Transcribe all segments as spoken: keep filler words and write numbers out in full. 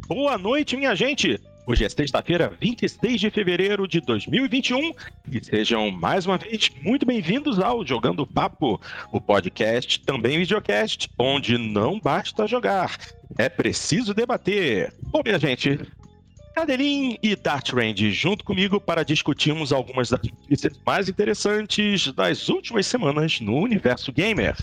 Boa noite, minha gente! Hoje é sexta-feira, vinte e seis de fevereiro de dois mil e vinte e um e sejam mais uma vez muito bem-vindos ao Jogando Papo, o podcast, também videocast, onde não basta jogar, é preciso debater. Bom, minha gente, Cadelin e Dart Range junto comigo para discutirmos algumas das notícias mais interessantes das últimas semanas no universo gamer.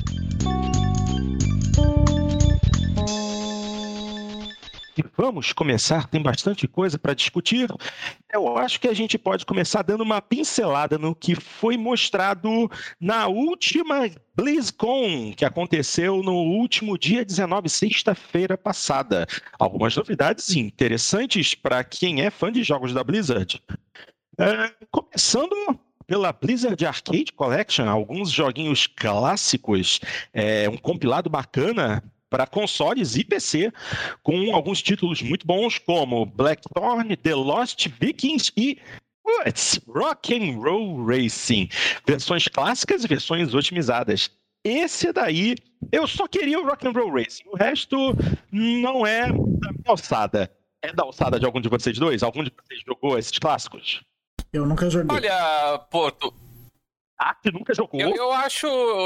E vamos começar, tem bastante coisa para discutir. Eu acho que a gente pode começar dando uma pincelada no que foi mostrado na última BlizzCon, que aconteceu no último dia dezenove, sexta-feira passada. Algumas novidades interessantes para quem é fã de jogos da Blizzard. É, começando pela Blizzard Arcade Collection, alguns joguinhos clássicos, é, um compilado bacana para consoles e P C, com alguns títulos muito bons, como Blackthorn, The Lost Vikings e Putz, Rock'n'Roll Racing. Versões clássicas e versões otimizadas. Esse daí, eu só queria o Rock'n'Roll Racing. O resto não é da minha alçada. É da alçada de algum de vocês dois? Algum de vocês jogou esses clássicos? Eu nunca joguei. Olha, Porto. Ah, que nunca jogou? Eu, eu acho...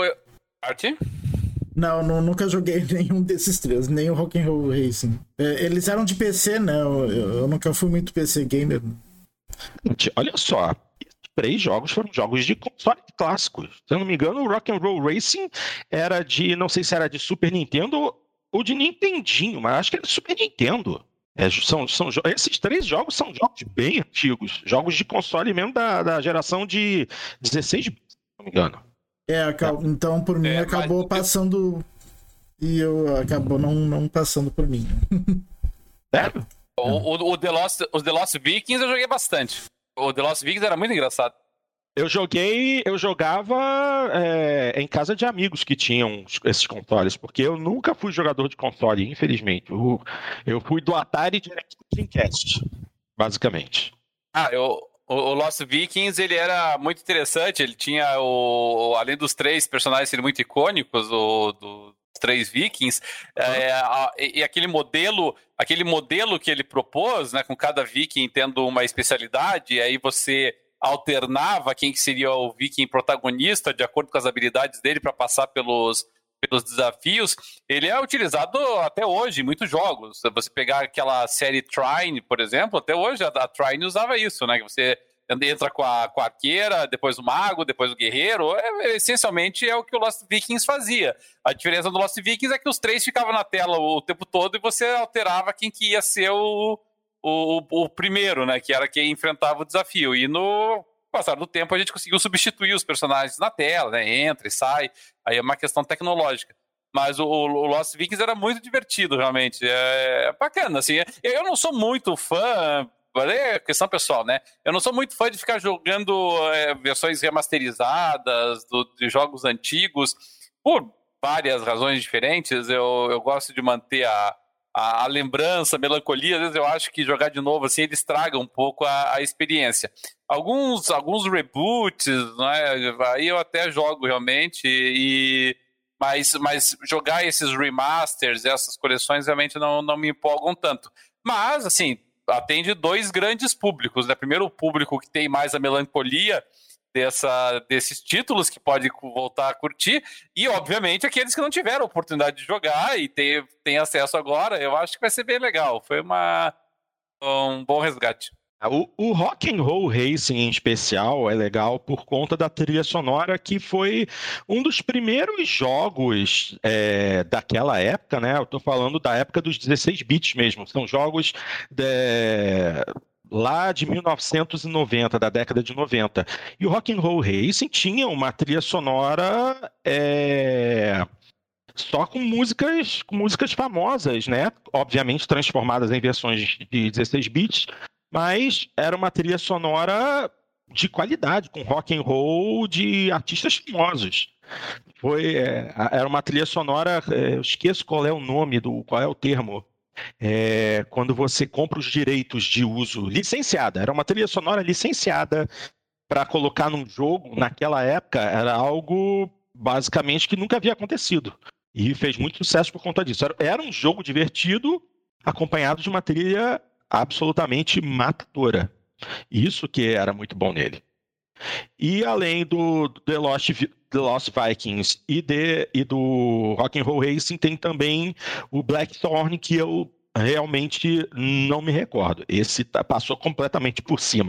Arte? Não, não, nunca joguei nenhum desses três, nem o Rock'n'Roll Racing. É, eles eram de P C, né? Eu, eu, eu nunca fui muito P C gamer. Gente, olha só, esses três jogos foram jogos de console clássicos. Se eu não me engano, o Rock'n'Roll Racing era de, não sei se era de Super Nintendo ou de Nintendinho, mas acho que era de Super Nintendo. É, são, são, esses três jogos são jogos bem antigos, jogos de console mesmo da, da geração de dezesseis bits, se não me engano. É, então por mim é, acabou mas... passando e eu acabou não, não passando por mim. Sério? O, o, o The Lost, os The Lost Vikings eu joguei bastante. O The Lost Vikings era muito engraçado. Eu joguei, eu jogava é, em casa de amigos que tinham esses consoles, porque eu nunca fui jogador de console, infelizmente. Eu, eu fui do Atari direto do Dreamcast, basicamente. Ah, eu... O Lost Vikings, ele era muito interessante, ele tinha, o, além dos três personagens serem muito icônicos, o, dos três vikings, uhum. é, a, e aquele modelo, aquele modelo que ele propôs, né, com cada viking tendo uma especialidade, e aí você alternava quem que seria o viking protagonista, de acordo com as habilidades dele, para passar pelos... pelos desafios, ele é utilizado até hoje em muitos jogos. Se você pegar aquela série Trine, por exemplo, até hoje a, a Trine usava isso, né? Que você entra com a, com a arqueira, depois o mago, depois o guerreiro. É, essencialmente é o que o Lost Vikings fazia. A diferença do Lost Vikings é que os três ficavam na tela o tempo todo e você alterava quem que ia ser o, o, o primeiro, né? Que era quem enfrentava o desafio. E no passar do tempo a gente conseguiu substituir os personagens na tela, né? Entra e sai, aí é uma questão tecnológica. Mas o, o Lost Vikings era muito divertido, realmente. É bacana, assim. Eu não sou muito fã, é questão pessoal, né? Eu não sou muito fã de ficar jogando é, versões remasterizadas do, de jogos antigos, por várias razões diferentes. Eu, eu gosto de manter a A, a lembrança, a melancolia, às vezes eu acho que jogar de novo assim, ele estraga um pouco a, a experiência. Alguns, alguns reboots, né, aí eu até jogo realmente, e, mas, mas jogar esses remasters, essas coleções realmente não, não me empolgam tanto. Mas, assim, atende dois grandes públicos, né? Primeiro, o público que tem mais a melancolia Dessa, desses títulos que pode voltar a curtir, e obviamente aqueles que não tiveram oportunidade de jogar e ter, tem acesso agora, eu acho que vai ser bem legal. Foi uma, um bom resgate. O, o Rock'n'Roll Racing em especial é legal por conta da trilha sonora, que foi um dos primeiros jogos é, daquela época, né? Eu tô falando da época dos dezesseis bits mesmo, são jogos de... lá de mil novecentos e noventa, da década de noventa. E o Rock'n'Roll Racing tinha uma trilha sonora é, só com músicas, com músicas famosas, né? Obviamente transformadas em versões de dezesseis bits, mas era uma trilha sonora de qualidade, com rock'n'roll de artistas famosos. Foi, é, era uma trilha sonora, é, eu esqueço qual é o nome, do, qual é o termo, É, quando você compra os direitos de uso licenciada, era uma trilha sonora licenciada para colocar num jogo, naquela época, era algo basicamente que nunca havia acontecido. E fez muito sucesso por conta disso. Era, era um jogo divertido, acompanhado de uma trilha absolutamente matadora. Isso que era muito bom nele. E além do The Lost, The Lost Vikings e, de, e do Rock'n'Roll Racing, tem também o Blackthorn, que eu realmente não me recordo. Esse tá, passou completamente por cima.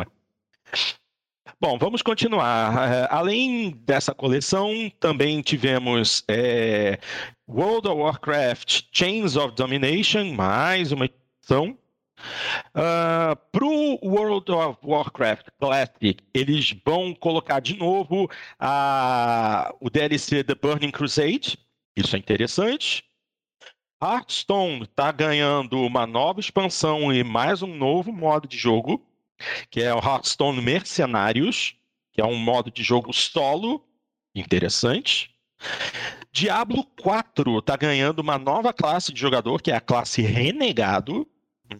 Bom, vamos continuar. Além dessa coleção, também tivemos é, World of Warcraft Chains of Domination, mais uma edição. Uh, pro World of Warcraft Classic, eles vão colocar de novo a, o D L C The Burning Crusade. Isso é interessante. Hearthstone está ganhando uma nova expansão e mais um novo modo de jogo, que é o Hearthstone Mercenários, que é um modo de jogo solo interessante. Diablo quatro está ganhando uma nova classe de jogador, que é a classe Renegado.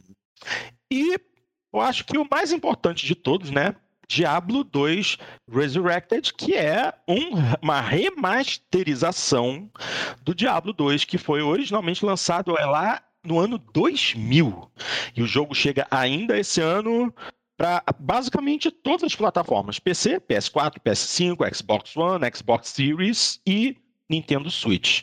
E eu acho que o mais importante de todos, né? Diablo dois Resurrected, que é um, uma remasterização do Diablo dois, que foi originalmente lançado lá no ano dois mil. E o jogo chega ainda esse ano para basicamente todas as plataformas: P C, P S quatro, P S cinco, Xbox One, Xbox Series e Nintendo Switch.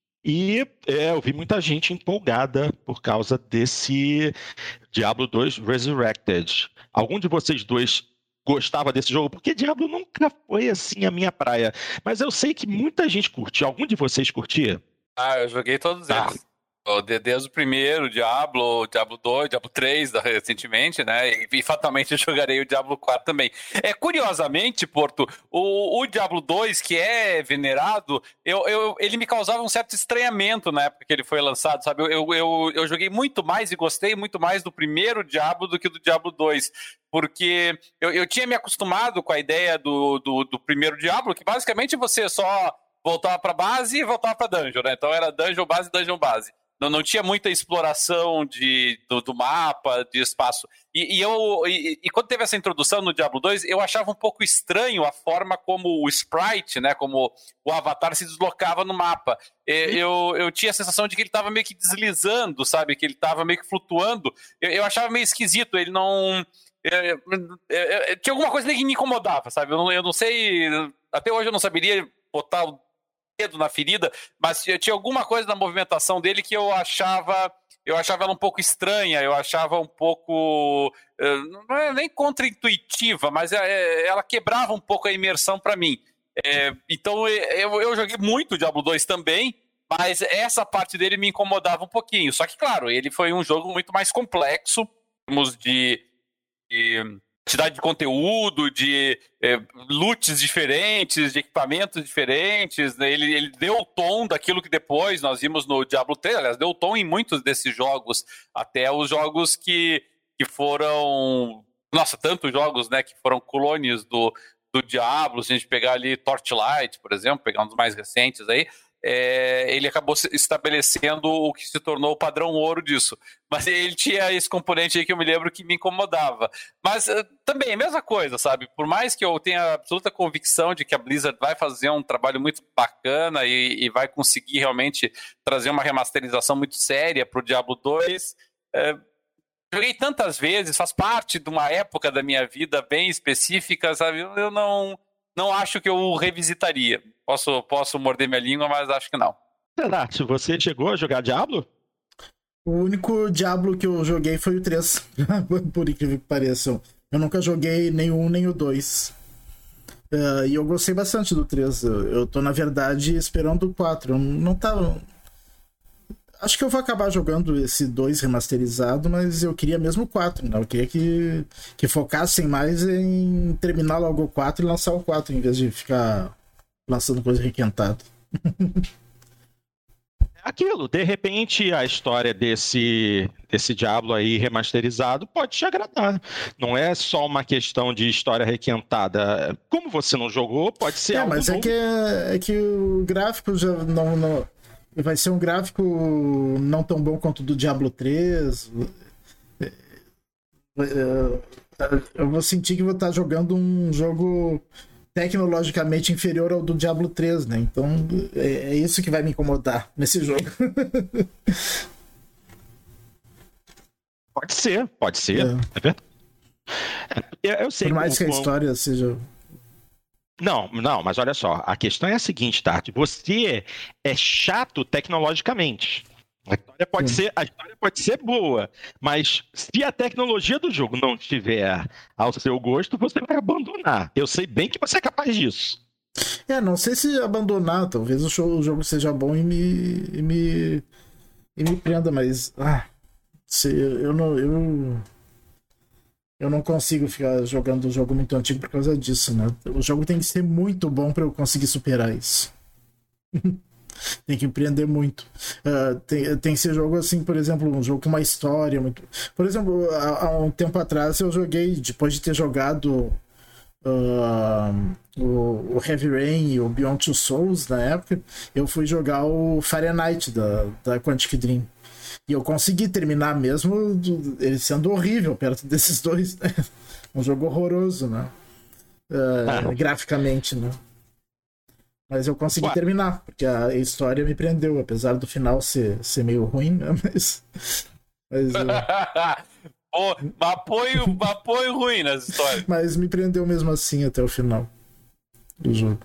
E é, eu vi muita gente empolgada por causa desse Diablo dois Resurrected. Algum de vocês dois gostava desse jogo? Porque Diablo nunca foi assim a minha praia. Mas eu sei que muita gente curte. Algum de vocês curtia? Ah, eu joguei todos Ah. eles. Desde o primeiro, Diablo, Diablo dois, Diablo três, recentemente, né? E, e fatalmente eu jogarei o Diablo quatro também. É, curiosamente, Porto, o, o Diablo dois, que é venerado, eu, eu, ele me causava um certo estranhamento na época que ele foi lançado, sabe? Eu, eu, eu, eu joguei muito mais e gostei muito mais do primeiro Diablo do que do Diablo dois. Porque eu, eu tinha me acostumado com a ideia do, do, do primeiro Diablo, que basicamente você só voltava pra base e voltava pra dungeon, né? Então era dungeon base, dungeon base. Não, não tinha muita exploração de, do, do mapa, de espaço. E, e, eu, e, e quando teve essa introdução no Diablo dois, eu achava um pouco estranho a forma como o sprite, né, como o avatar se deslocava no mapa. Eu, eu tinha a sensação de que ele estava meio que deslizando, sabe? Que ele estava meio que flutuando. Eu, eu achava meio esquisito. Ele não... Eu, eu, eu, eu, tinha alguma coisa que me incomodava, sabe? Eu não, eu não sei... Até hoje eu não saberia botar o dedo na ferida, mas tinha alguma coisa na movimentação dele que eu achava eu achava ela um pouco estranha, eu achava um pouco não é nem contra-intuitiva, mas ela quebrava um pouco a imersão para mim. É, então eu, eu joguei muito Diablo dois também, mas essa parte dele me incomodava um pouquinho. Só que, claro, ele foi um jogo muito mais complexo em termos de, de quantidade de conteúdo, de é, loots diferentes, de equipamentos diferentes, né? ele, ele deu o tom daquilo que depois nós vimos no Diablo três, aliás, deu o tom em muitos desses jogos, até os jogos que, que foram, nossa, tantos jogos, né, que foram clones do, do Diablo. Se a gente pegar ali Torchlight, por exemplo, pegar um dos mais recentes aí, É, ele acabou estabelecendo o que se tornou o padrão ouro disso. Mas ele tinha esse componente aí que eu me lembro que me incomodava. Mas uh, também, a mesma coisa, sabe? Por mais que eu tenha absoluta convicção de que a Blizzard vai fazer um trabalho muito bacana e, e vai conseguir realmente trazer uma remasterização muito séria para o Diablo dois, uh, joguei tantas vezes, faz parte de uma época da minha vida bem específica, sabe? Eu, eu não... Não acho que eu revisitaria. Posso, posso morder minha língua, mas acho que não. Renato, você chegou a jogar Diablo? O único Diablo que eu joguei foi o três. Por incrível que pareça. Eu nunca joguei nem o um nem o dois. Uh, e eu gostei bastante do três. Eu, eu tô, na verdade, esperando o quatro. Eu não tava... Acho que eu vou acabar jogando esse dois remasterizado, mas eu queria mesmo o quatro, né? Eu queria que, que focassem mais em terminar logo o quatro e lançar o quatro, em vez de ficar lançando coisa requentada. Aquilo, de repente a história desse, desse Diablo aí remasterizado pode te agradar. Não é só uma questão de história requentada. Como você não jogou, pode ser é, algo mas novo. É que, é que o gráfico já não... não... Vai ser um gráfico não tão bom quanto o do Diablo três. Eu vou sentir que vou estar jogando um jogo tecnologicamente inferior ao do Diablo três, né? Então é isso que vai me incomodar nesse jogo. Pode ser, pode ser. É, é verdade. É, eu sei Por mais como, que a história seja... Não, não, mas olha só, a questão é a seguinte, Tati, você é chato tecnologicamente. A história pode ser, a história pode ser boa, mas se a tecnologia do jogo não estiver ao seu gosto, você vai abandonar. Eu sei bem que você é capaz disso. É, não sei se abandonar, talvez o, show, o jogo seja bom e me, e me, e me prenda, mas ah, se, eu não... Eu... Eu não consigo ficar jogando um jogo muito antigo por causa disso, né? O jogo tem que ser muito bom para eu conseguir superar isso. Tem que empreender muito. Uh, tem, tem que ser jogo assim, por exemplo, um jogo com uma história muito... Por exemplo, há, há um tempo atrás eu joguei, depois de ter jogado uh, o, o Heavy Rain e o Beyond Two Souls na época, eu fui jogar o Fahrenheit da, da Quantic Dream. E eu consegui terminar mesmo ele sendo horrível perto desses dois, né? Um jogo horroroso, né? Uh, ah. Graficamente, né? Mas eu consegui Ué. terminar, porque a história me prendeu, apesar do final ser, ser meio ruim, né? Mas... mas uh... oh, apoio, apoio ruim nas histórias. Mas me prendeu mesmo assim até o final do jogo.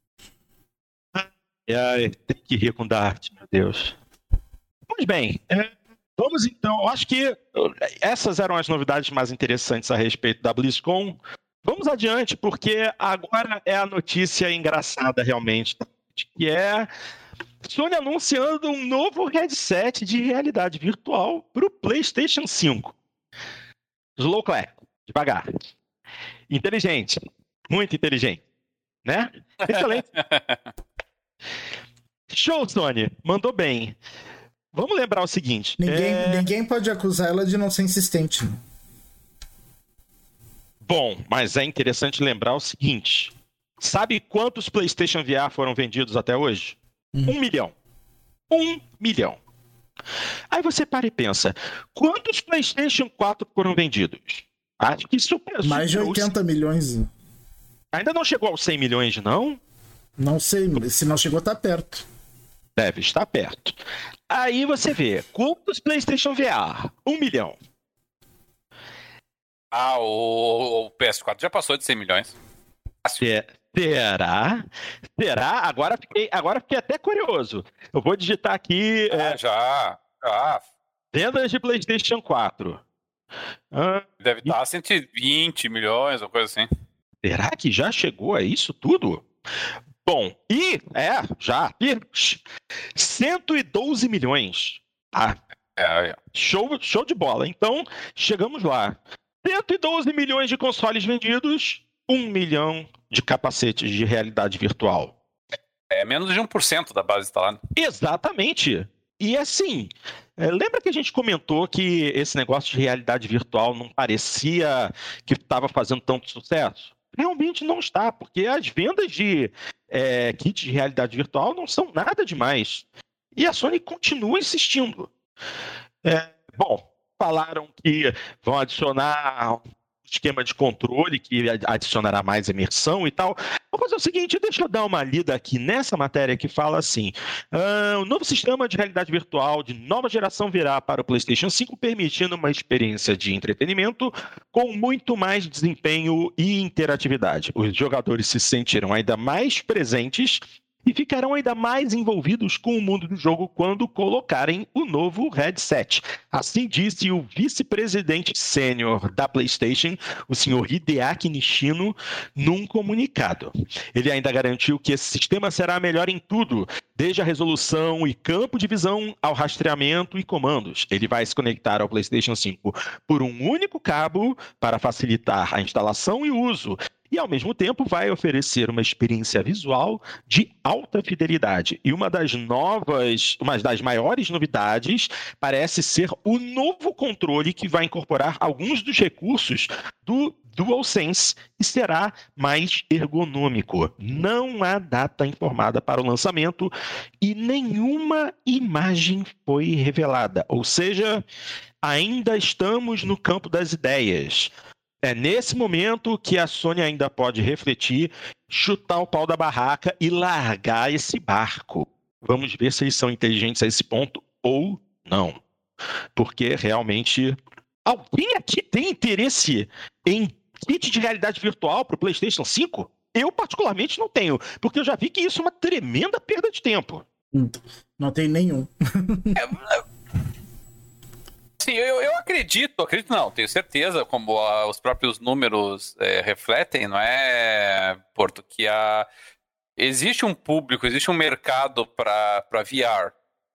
É, tem que rir com Dart, meu Deus. Pois bem, é, vamos então, eu acho que essas eram as novidades mais interessantes a respeito da BlizzCon. Vamos adiante, porque agora é a notícia engraçada realmente, que é Sony anunciando um novo headset de realidade virtual para o PlayStation cinco. Slow clap, devagar. Inteligente, muito inteligente, né? Excelente. Show, Sony, mandou bem. Vamos lembrar o seguinte... Ninguém, é... ninguém pode acusar ela de não ser insistente. Bom, mas é interessante lembrar o seguinte. Sabe quantos PlayStation V R foram vendidos até hoje? Hum. Um milhão. Um milhão. Aí você para e pensa, quantos PlayStation quatro foram vendidos? Acho que super... Mais de oitenta milhões. Ainda não chegou aos cem milhões, não? Não sei, se não chegou, tá perto. Deve estar perto. Aí você vê, quantos PlayStation V R? Um milhão. Ah, o, o P S quatro já passou de cem milhões. Será? Será? Agora fiquei, agora fiquei até curioso. Eu vou digitar aqui... Ah, é, já, já. Vendas de PlayStation quatro. Ah, Deve e... estar a cento e vinte milhões, ou coisa assim. Será que já chegou a isso tudo? Bom, e, é, já, e, cento e doze milhões. Ah, é, é. Show, show de bola. Então, chegamos lá. cento e doze milhões de consoles vendidos, um milhão de capacetes de realidade virtual. É menos de um por cento da base instalada. Exatamente. E assim, lembra que a gente comentou que esse negócio de realidade virtual não parecia que estava fazendo tanto sucesso? Realmente não está, porque as vendas de é, kits de realidade virtual não são nada demais. E a Sony continua insistindo. É, bom, falaram que vão adicionar um esquema de controle que adicionará mais imersão e tal. Vou fazer o seguinte, deixa eu dar uma lida aqui nessa matéria que fala assim, ah, o novo sistema de realidade virtual de nova geração virá para o PlayStation cinco, permitindo uma experiência de entretenimento com muito mais desempenho e interatividade. Os jogadores se sentirão ainda mais presentes e ficarão ainda mais envolvidos com o mundo do jogo quando colocarem o novo headset. Assim disse o vice-presidente sênior da PlayStation, o senhor Hideaki Nishino, num comunicado. Ele ainda garantiu que esse sistema será melhor em tudo, desde a resolução e campo de visão ao rastreamento e comandos. Ele vai se conectar ao PlayStation cinco por um único cabo para facilitar a instalação e uso, e, ao mesmo tempo, vai oferecer uma experiência visual de alta fidelidade. E uma das novas, uma das maiores novidades parece ser o novo controle que vai incorporar alguns dos recursos do DualSense e será mais ergonômico. Não há data informada para o lançamento e nenhuma imagem foi revelada. Ou seja, ainda estamos no campo das ideias. É nesse momento que a Sony ainda pode refletir, chutar o pau da barraca e largar esse barco. Vamos ver se eles são inteligentes a esse ponto ou não. Porque realmente alguém aqui tem interesse em kit de realidade virtual para o PlayStation cinco? Eu, particularmente, não tenho, porque eu já vi que isso é uma tremenda perda de tempo. Não tem nenhum. é, sim, eu, eu acredito, acredito não, tenho certeza, como a, os próprios números é, refletem, não é, Porto, que a, existe um público, existe um mercado para V R.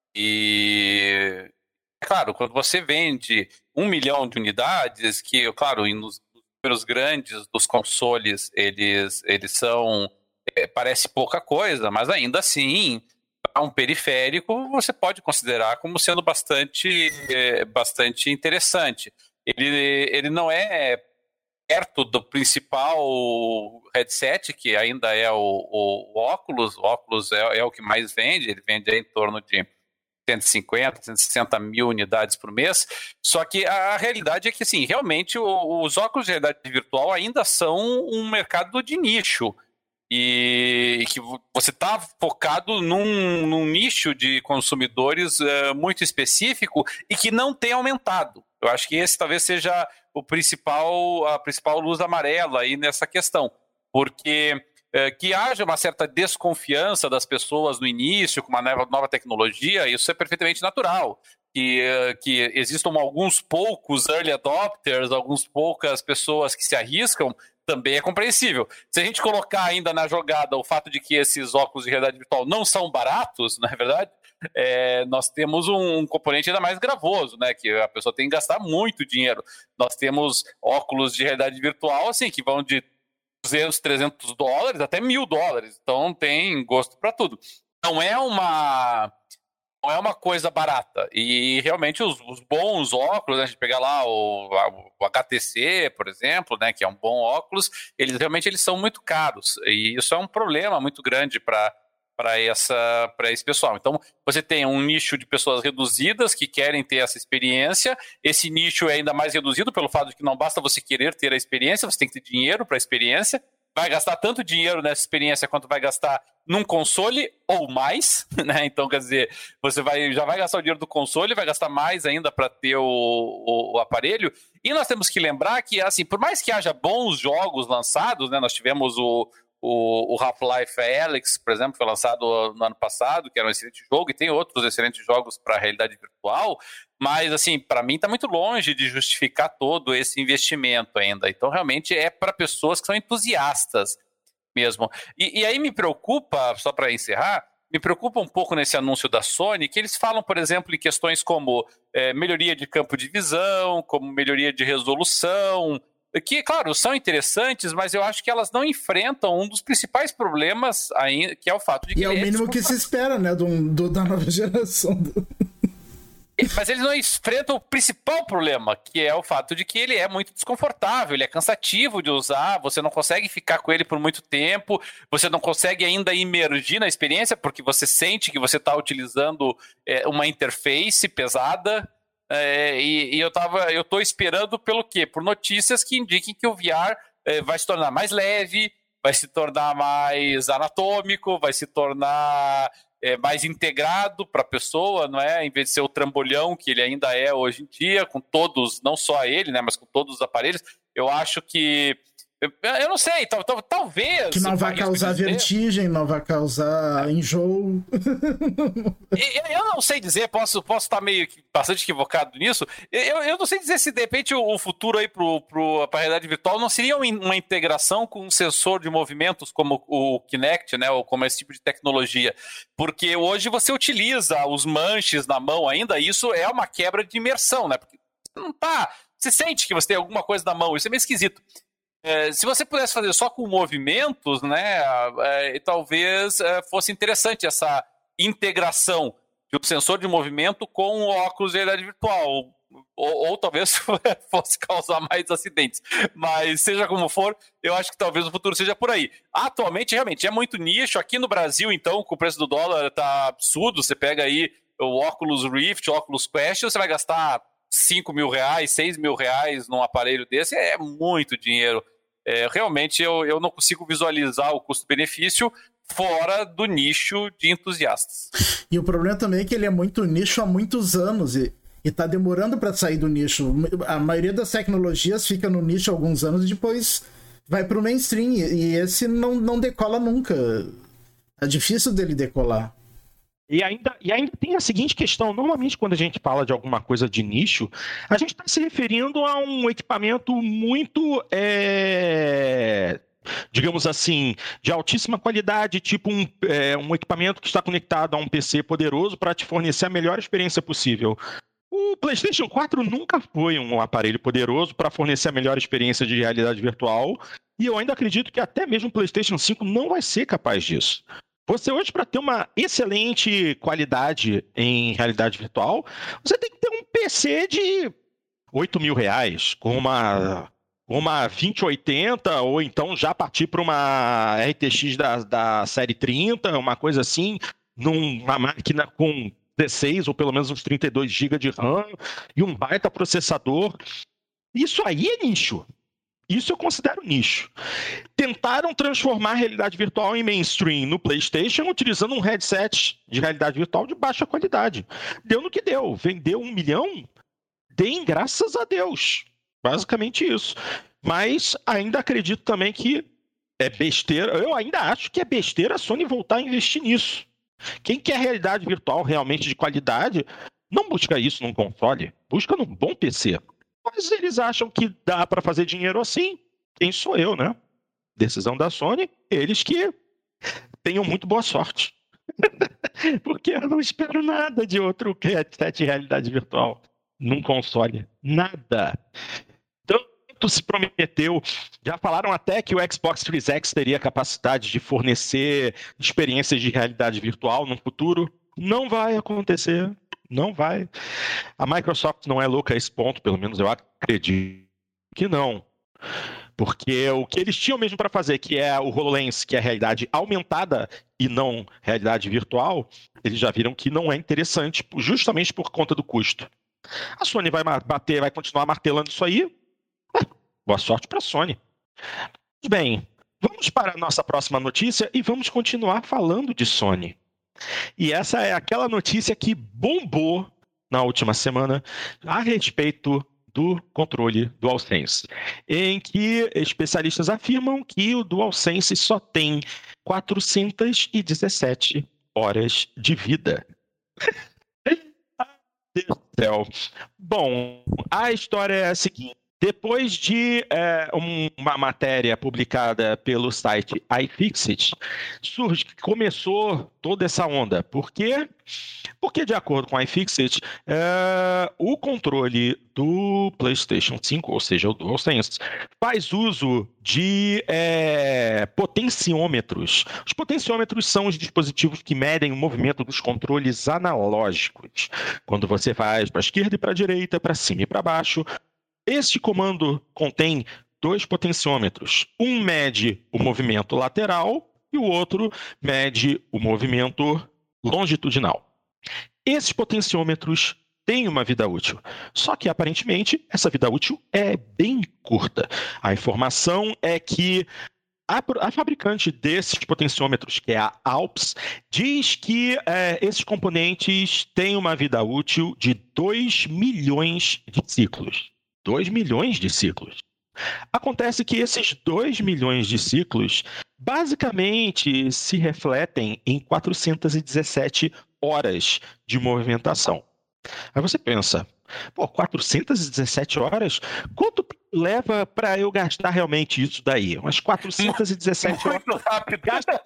E, claro, quando você vende um milhão de unidades, que, claro, nos números grandes dos consoles, eles, eles são, é, parece pouca coisa, mas ainda assim, para um periférico, você pode considerar como sendo bastante, é, bastante interessante. Ele, ele não é perto do principal headset, que ainda é o, o, o Oculus. O Oculus é, é o que mais vende, ele vende em torno de cento e cinquenta, cento e sessenta mil unidades por mês, só que a realidade é que, assim, realmente o, os óculos de realidade virtual ainda são um mercado de nicho, e, e que você está focado num, num nicho de consumidores uh, muito específico e que não tem aumentado. Eu acho que esse talvez seja o principal, a principal luz amarela aí nessa questão, porque que haja uma certa desconfiança das pessoas no início com uma nova, nova tecnologia, isso é perfeitamente natural. Que, que existam alguns poucos early adopters, algumas poucas pessoas que se arriscam, também é compreensível. Se a gente colocar ainda na jogada o fato de que esses óculos de realidade virtual não são baratos, não é verdade? É, nós temos um, um componente ainda mais gravoso, né? Que a pessoa tem que gastar muito dinheiro. Nós temos óculos de realidade virtual assim, que vão de duzentos, trezentos dólares, até mil dólares. Então tem gosto para tudo. Não é uma não é uma coisa barata. E realmente os, os bons óculos, né, a gente pegar lá o, o H T C, por exemplo, né, que é um bom óculos, eles realmente eles são muito caros. E isso é um problema muito grande para para essa para esse pessoal. Então, você tem um nicho de pessoas reduzidas que querem ter essa experiência. Esse nicho é ainda mais reduzido pelo fato de que não basta você querer ter a experiência, você tem que ter dinheiro para a experiência. Vai gastar tanto dinheiro nessa experiência quanto vai gastar num console ou mais, né? Então, quer dizer, você vai, já vai gastar o dinheiro do console, vai gastar mais ainda para ter o, o, o aparelho. E nós temos que lembrar que, assim, por mais que haja bons jogos lançados, né? Nós tivemos o O, o Half-Life Alyx, por exemplo, foi lançado no ano passado, que era um excelente jogo, e tem outros excelentes jogos para a realidade virtual, mas, assim, para mim está muito longe de justificar todo esse investimento ainda. Então, realmente, é para pessoas que são entusiastas mesmo. E, e aí me preocupa, só para encerrar, me preocupa um pouco nesse anúncio da Sony, que eles falam, por exemplo, em questões como é, melhoria de campo de visão, como melhoria de resolução, que, claro, são interessantes, mas eu acho que elas não enfrentam um dos principais problemas, ainda, que é o fato de que... E é o mínimo que se espera, né, do, do, da nova geração. Mas eles não enfrentam o principal problema, que é o fato de que ele é muito desconfortável, ele é cansativo de usar, você não consegue ficar com ele por muito tempo, você não consegue ainda imergir na experiência, porque você sente que você está utilizando é, uma interface pesada. É, e, e eu tava, eu tô esperando pelo quê? Por notícias que indiquem que o V R é, vai se tornar mais leve, vai se tornar mais anatômico, vai se tornar é, mais integrado para a pessoa, não é? Em vez de ser o trambolhão que ele ainda é hoje em dia, com todos, não só ele, né, mas com todos os aparelhos. Eu acho que Eu, eu não sei, tal, tal, talvez... Que não vai causar vertigem, não vai causar enjoo. Eu, eu não sei dizer, posso, posso estar meio bastante equivocado nisso. Eu, eu não sei dizer se de repente o, o futuro aí pro, pro, pra realidade virtual não seria uma integração com um sensor de movimentos como o Kinect, né, ou como esse tipo de tecnologia. Porque hoje você utiliza os manches na mão ainda, e isso é uma quebra de imersão, né? Porque não tá... Você sente que você tem alguma coisa na mão, isso é meio esquisito. É, se você pudesse fazer só com movimentos, né, é, talvez é, fosse interessante essa integração de um sensor de movimento com o óculos de realidade virtual, ou, ou talvez fosse causar mais acidentes, mas seja como for, eu acho que talvez o futuro seja por aí. Atualmente, realmente, é muito nicho. Aqui no Brasil, então, com o preço do dólar tá absurdo, você pega aí o Oculus Rift, o Oculus Quest, você vai gastar cinco mil reais, seis mil reais num aparelho desse, é muito dinheiro. É, realmente eu, eu não consigo visualizar o custo-benefício fora do nicho de entusiastas. E o problema também é que ele é muito nicho há muitos anos. E, E tá demorando para sair do nicho. A maioria das tecnologias fica no nicho há alguns anos e depois vai pro mainstream. E esse não, não decola nunca. É difícil dele decolar. E ainda, e ainda tem a seguinte questão, normalmente quando a gente fala de alguma coisa de nicho, a gente está se referindo a um equipamento muito, é, digamos assim, de altíssima qualidade, tipo um, é, um equipamento que está conectado a um P C poderoso para te fornecer a melhor experiência possível. O PlayStation quatro nunca foi um aparelho poderoso para fornecer a melhor experiência de realidade virtual, e eu ainda acredito que até mesmo o PlayStation cinco não vai ser capaz disso. Você hoje, para ter uma excelente qualidade em realidade virtual, você tem que ter um P C de oito mil reais, com uma, uma vinte oitenta, ou então já partir para uma R T X da, da série trinta, uma coisa assim, numa máquina com dezesseis ou pelo menos uns trinta e dois gigas de RAM e um baita processador. Isso aí é nicho. Isso eu considero nicho. Tentaram transformar a realidade virtual em mainstream no PlayStation utilizando um headset de realidade virtual de baixa qualidade. Deu no que deu. Vendeu um milhão? Deem graças a Deus. Basicamente isso. Mas ainda acredito também que é besteira. Eu ainda acho que é besteira a Sony voltar a investir nisso. Quem quer realidade virtual realmente de qualidade, não busca isso num console. Busca num bom P C. Mas eles acham que dá para fazer dinheiro assim. Quem sou eu, né? Decisão da Sony, eles que tenham muito boa sorte. Porque eu não espero nada de outro headset de realidade virtual num console. Nada. Tanto se prometeu. Já falaram até que o Xbox Series X teria capacidade de fornecer experiências de realidade virtual no futuro. Não vai acontecer. Não vai. A Microsoft não é louca a esse ponto, pelo menos eu acredito que não. Porque o que eles tinham mesmo para fazer, que é o HoloLens, que é a realidade aumentada e não realidade virtual, eles já viram que não é interessante, justamente por conta do custo. A Sony vai bater, vai continuar martelando isso aí. Boa sorte para a Sony. Bem, vamos para a nossa próxima notícia e vamos continuar falando de Sony. E essa é aquela notícia que bombou na última semana a respeito do controle DualSense, em que especialistas afirmam que o DualSense só tem quatrocentas e dezessete horas de vida. Meu Deus do céu. Bom, a história é a seguinte. Depois de é, um, uma matéria publicada pelo site iFixit, surge, começou toda essa onda. Por quê? Porque, de acordo com a iFixit, é, o controle do PlayStation cinco, ou seja, o DualSense, faz uso de é, potenciômetros. Os potenciômetros são os dispositivos que medem o movimento dos controles analógicos. Quando você faz para a esquerda e para a direita, para cima e para baixo. Este comando contém dois potenciômetros. Um mede o movimento lateral e o outro mede o movimento longitudinal. Esses potenciômetros têm uma vida útil, só que aparentemente essa vida útil é bem curta. A informação é que a, a fabricante desses potenciômetros, que é a Alps, diz que é, esses componentes têm uma vida útil de dois milhões de ciclos. dois milhões de ciclos. Acontece que esses dois milhões de ciclos basicamente se refletem em quatrocentas e dezessete horas de movimentação. Aí você pensa, pô, quatrocentas e dezessete horas? Quanto leva para eu gastar realmente isso daí? Umas quatrocentas e dezessete horas. Muito rápido. Gasta...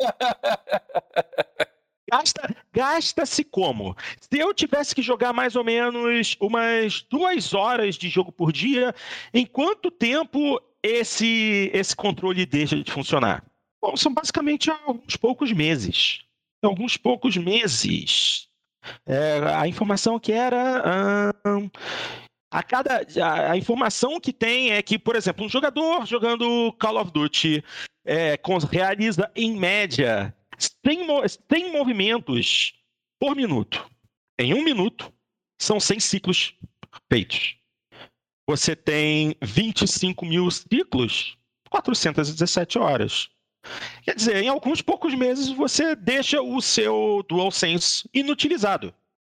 Gasta, gasta-se como? Se eu tivesse que jogar mais ou menos umas duas horas de jogo por dia, em quanto tempo esse, esse controle deixa de funcionar? Bom, são basicamente alguns poucos meses. Alguns poucos meses. É, a informação que era... Hum, a, cada, a, a informação que tem é que, por exemplo, um jogador jogando Call of Duty é, realiza, em média... cem movimentos por minuto. Em um minuto, são cem ciclos feitos. Você tem vinte e cinco mil ciclos, quatrocentas e dezessete horas. Quer dizer, em alguns poucos meses, você deixa o seu DualSense inutilizado.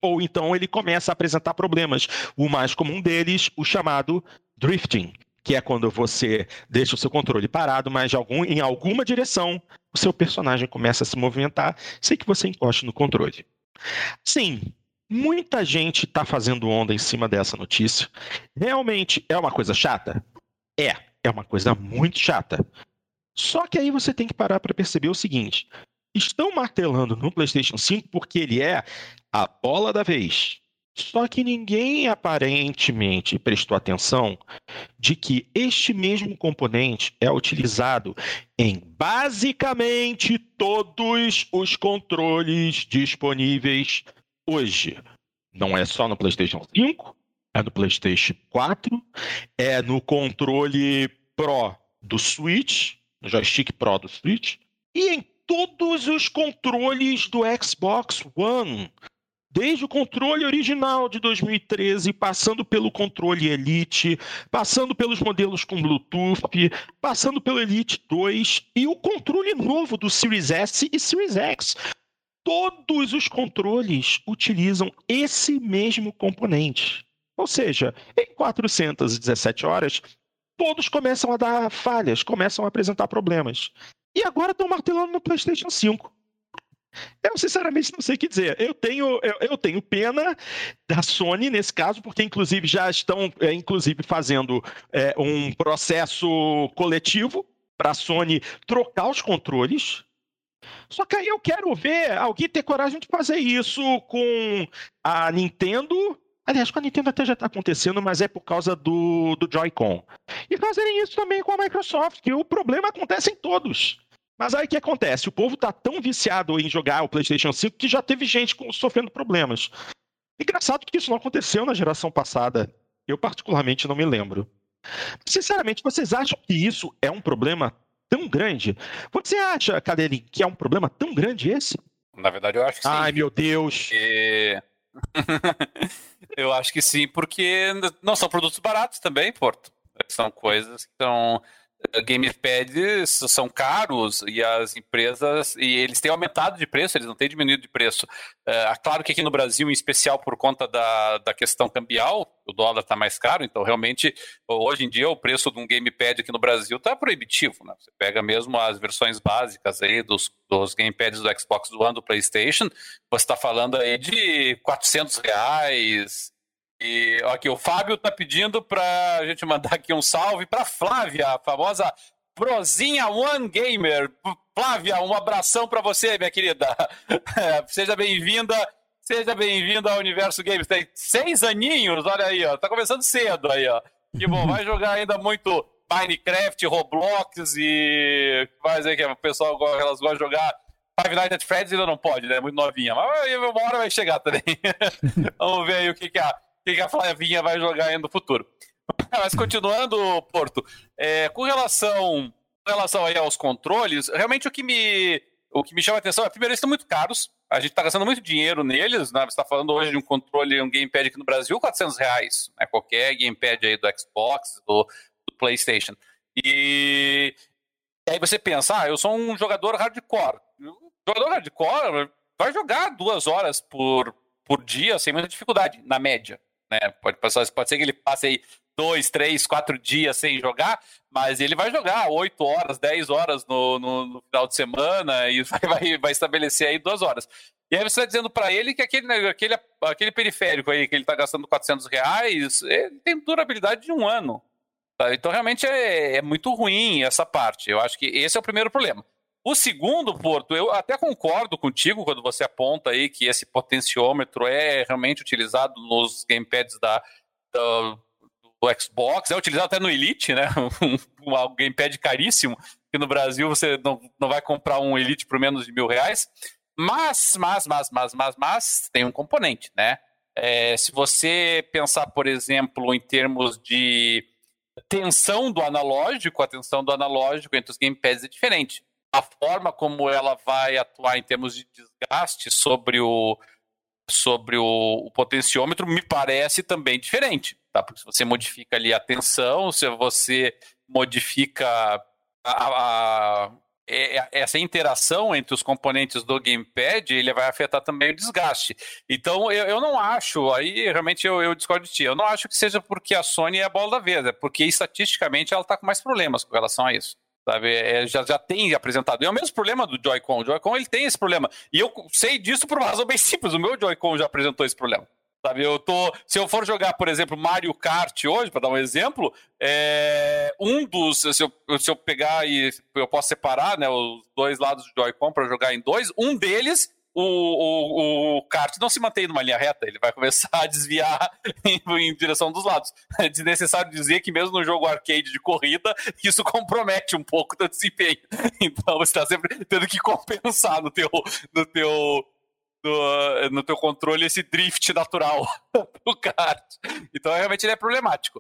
ou então ele começa a apresentar problemas. O mais comum deles, o chamado drifting, que é quando você deixa o seu controle parado, mas de algum, em alguma direção o seu personagem começa a se movimentar sem que você encoste no controle. Sim, muita gente está fazendo onda em cima dessa notícia. Realmente é uma coisa chata? É, é uma coisa muito chata. Só que aí você tem que parar para perceber o seguinte: estão martelando no PlayStation cinco porque ele é a bola da vez. Só que ninguém aparentemente prestou atenção de que este mesmo componente é utilizado em basicamente todos os controles disponíveis hoje. Não é só no PlayStation cinco, é no PlayStation quatro, é no controle Pro do Switch, no joystick Pro do Switch, e em todos os controles do Xbox One. Desde o controle original de dois mil e treze, passando pelo controle Elite, passando pelos modelos com Bluetooth, passando pelo Elite dois e o controle novo do Series S e Series X. Todos os controles utilizam esse mesmo componente. Ou seja, em quatrocentas e dezessete horas, todos começam a dar falhas, começam a apresentar problemas. E agora estão martelando no PlayStation cinco. Eu, sinceramente, não sei o que dizer. Eu tenho, eu, eu tenho pena da Sony nesse caso, porque, inclusive, já estão é, inclusive, fazendo é, um processo coletivo para a Sony trocar os controles. Só que aí eu quero ver alguém ter coragem de fazer isso com a Nintendo. Aliás, com a Nintendo até já está acontecendo, mas é por causa do, do Joy-Con. E fazerem isso também com a Microsoft, que o problema acontece em todos. Mas aí o que acontece? O povo tá tão viciado em jogar o PlayStation cinco que já teve gente com, sofrendo problemas. Engraçado que isso não aconteceu na geração passada. Eu particularmente não me lembro. Sinceramente, vocês acham que isso é um problema tão grande? Você acha, Cadelinho, que é um problema tão grande esse? Na verdade, eu acho que sim. Ai, meu Deus. E... eu acho que sim, porque não são produtos baratos também, Porto. São coisas que são... Gamepads são caros e as empresas, e eles têm aumentado de preço, eles não têm diminuído de preço. É claro que aqui no Brasil, em especial por conta da, da questão cambial, o dólar está mais caro, então realmente hoje em dia o preço de um gamepad aqui no Brasil está proibitivo, né? Você pega mesmo as versões básicas aí dos, dos gamepads do Xbox One, do PlayStation, você está falando aí de quatrocentos reais. E aqui, o Fábio tá pedindo pra gente mandar aqui um salve pra Flávia, a famosa Prozinha One Gamer. Flávia, um abração pra você, minha querida. Seja bem-vinda, seja bem-vinda ao Universo Games. Tem seis aninhos, olha aí, ó. Tá começando cedo aí, ó. Que bom, vai jogar ainda muito Minecraft, Roblox e mais aí que o pessoal elas gostam de jogar. Five Nights at Freddy's ainda não pode, né? Muito novinha. Mas uma hora vai chegar também. Vamos ver aí o que que a que a Flavinha vai jogar aí no futuro. Mas continuando, Porto, é, com relação, com relação aí aos controles, realmente o que me, o que me chama a atenção é, primeiro, eles estão muito caros, a gente está gastando muito dinheiro neles, né? Você está falando hoje de um controle, um gamepad aqui no Brasil, quatrocentos reais, né? Qualquer gamepad aí do Xbox, do, do PlayStation. E, e aí você pensa, ah, eu sou um jogador hardcore. O jogador hardcore vai jogar duas horas por, por dia sem muita dificuldade, na média. Né? Pode, pode ser que ele passe aí dois, três, quatro dias sem jogar, mas ele vai jogar oito horas, dez horas no, no, no final de semana e vai, vai, vai estabelecer aí duas horas. E aí você está dizendo para ele que aquele, aquele, aquele periférico aí que ele está gastando quatrocentos reais, ele tem durabilidade de um ano. Tá? Então realmente é, é muito ruim essa parte. Eu acho que esse é o primeiro problema. O segundo, Porto, eu até concordo contigo quando você aponta aí que esse potenciômetro é realmente utilizado nos gamepads da, da, do Xbox, é utilizado até no Elite, né? Um, um gamepad caríssimo, que no Brasil você não, não vai comprar um Elite por menos de mil reais. Mas, mas, mas, mas, mas, mas, tem um componente, né? É, se você pensar, por exemplo, em termos de tensão do analógico, a tensão do analógico entre os gamepads é diferente. A forma como ela vai atuar em termos de desgaste sobre o, sobre o, o potenciômetro me parece também diferente, tá? Porque se você modifica ali a tensão, se você modifica a, a, essa interação entre os componentes do gamepad, ele vai afetar também o desgaste. Então, eu, eu não acho, aí realmente eu, eu discordo de ti, eu não acho que seja porque a Sony é a bola da vez, é porque estatisticamente ela está com mais problemas com relação a isso. Sabe? É, já, já tem apresentado. E é o mesmo problema do Joy-Con. O Joy-Con ele tem esse problema. E eu sei disso por uma razão bem simples. O meu Joy-Con já apresentou esse problema. Sabe, eu tô, se eu for jogar, por exemplo, Mario Kart hoje, para dar um exemplo, é, um dos, se eu, se eu pegar e eu posso separar, né, os dois lados do Joy-Con para jogar em dois, um deles, o, o, o kart não se mantém numa linha reta, ele vai começar a desviar em, em direção dos lados. É desnecessário dizer que mesmo no jogo arcade de corrida, isso compromete um pouco o teu desempenho. Então você está sempre tendo que compensar no teu... No teu No, no teu controle esse drift natural do kart. Então, realmente, ele é problemático.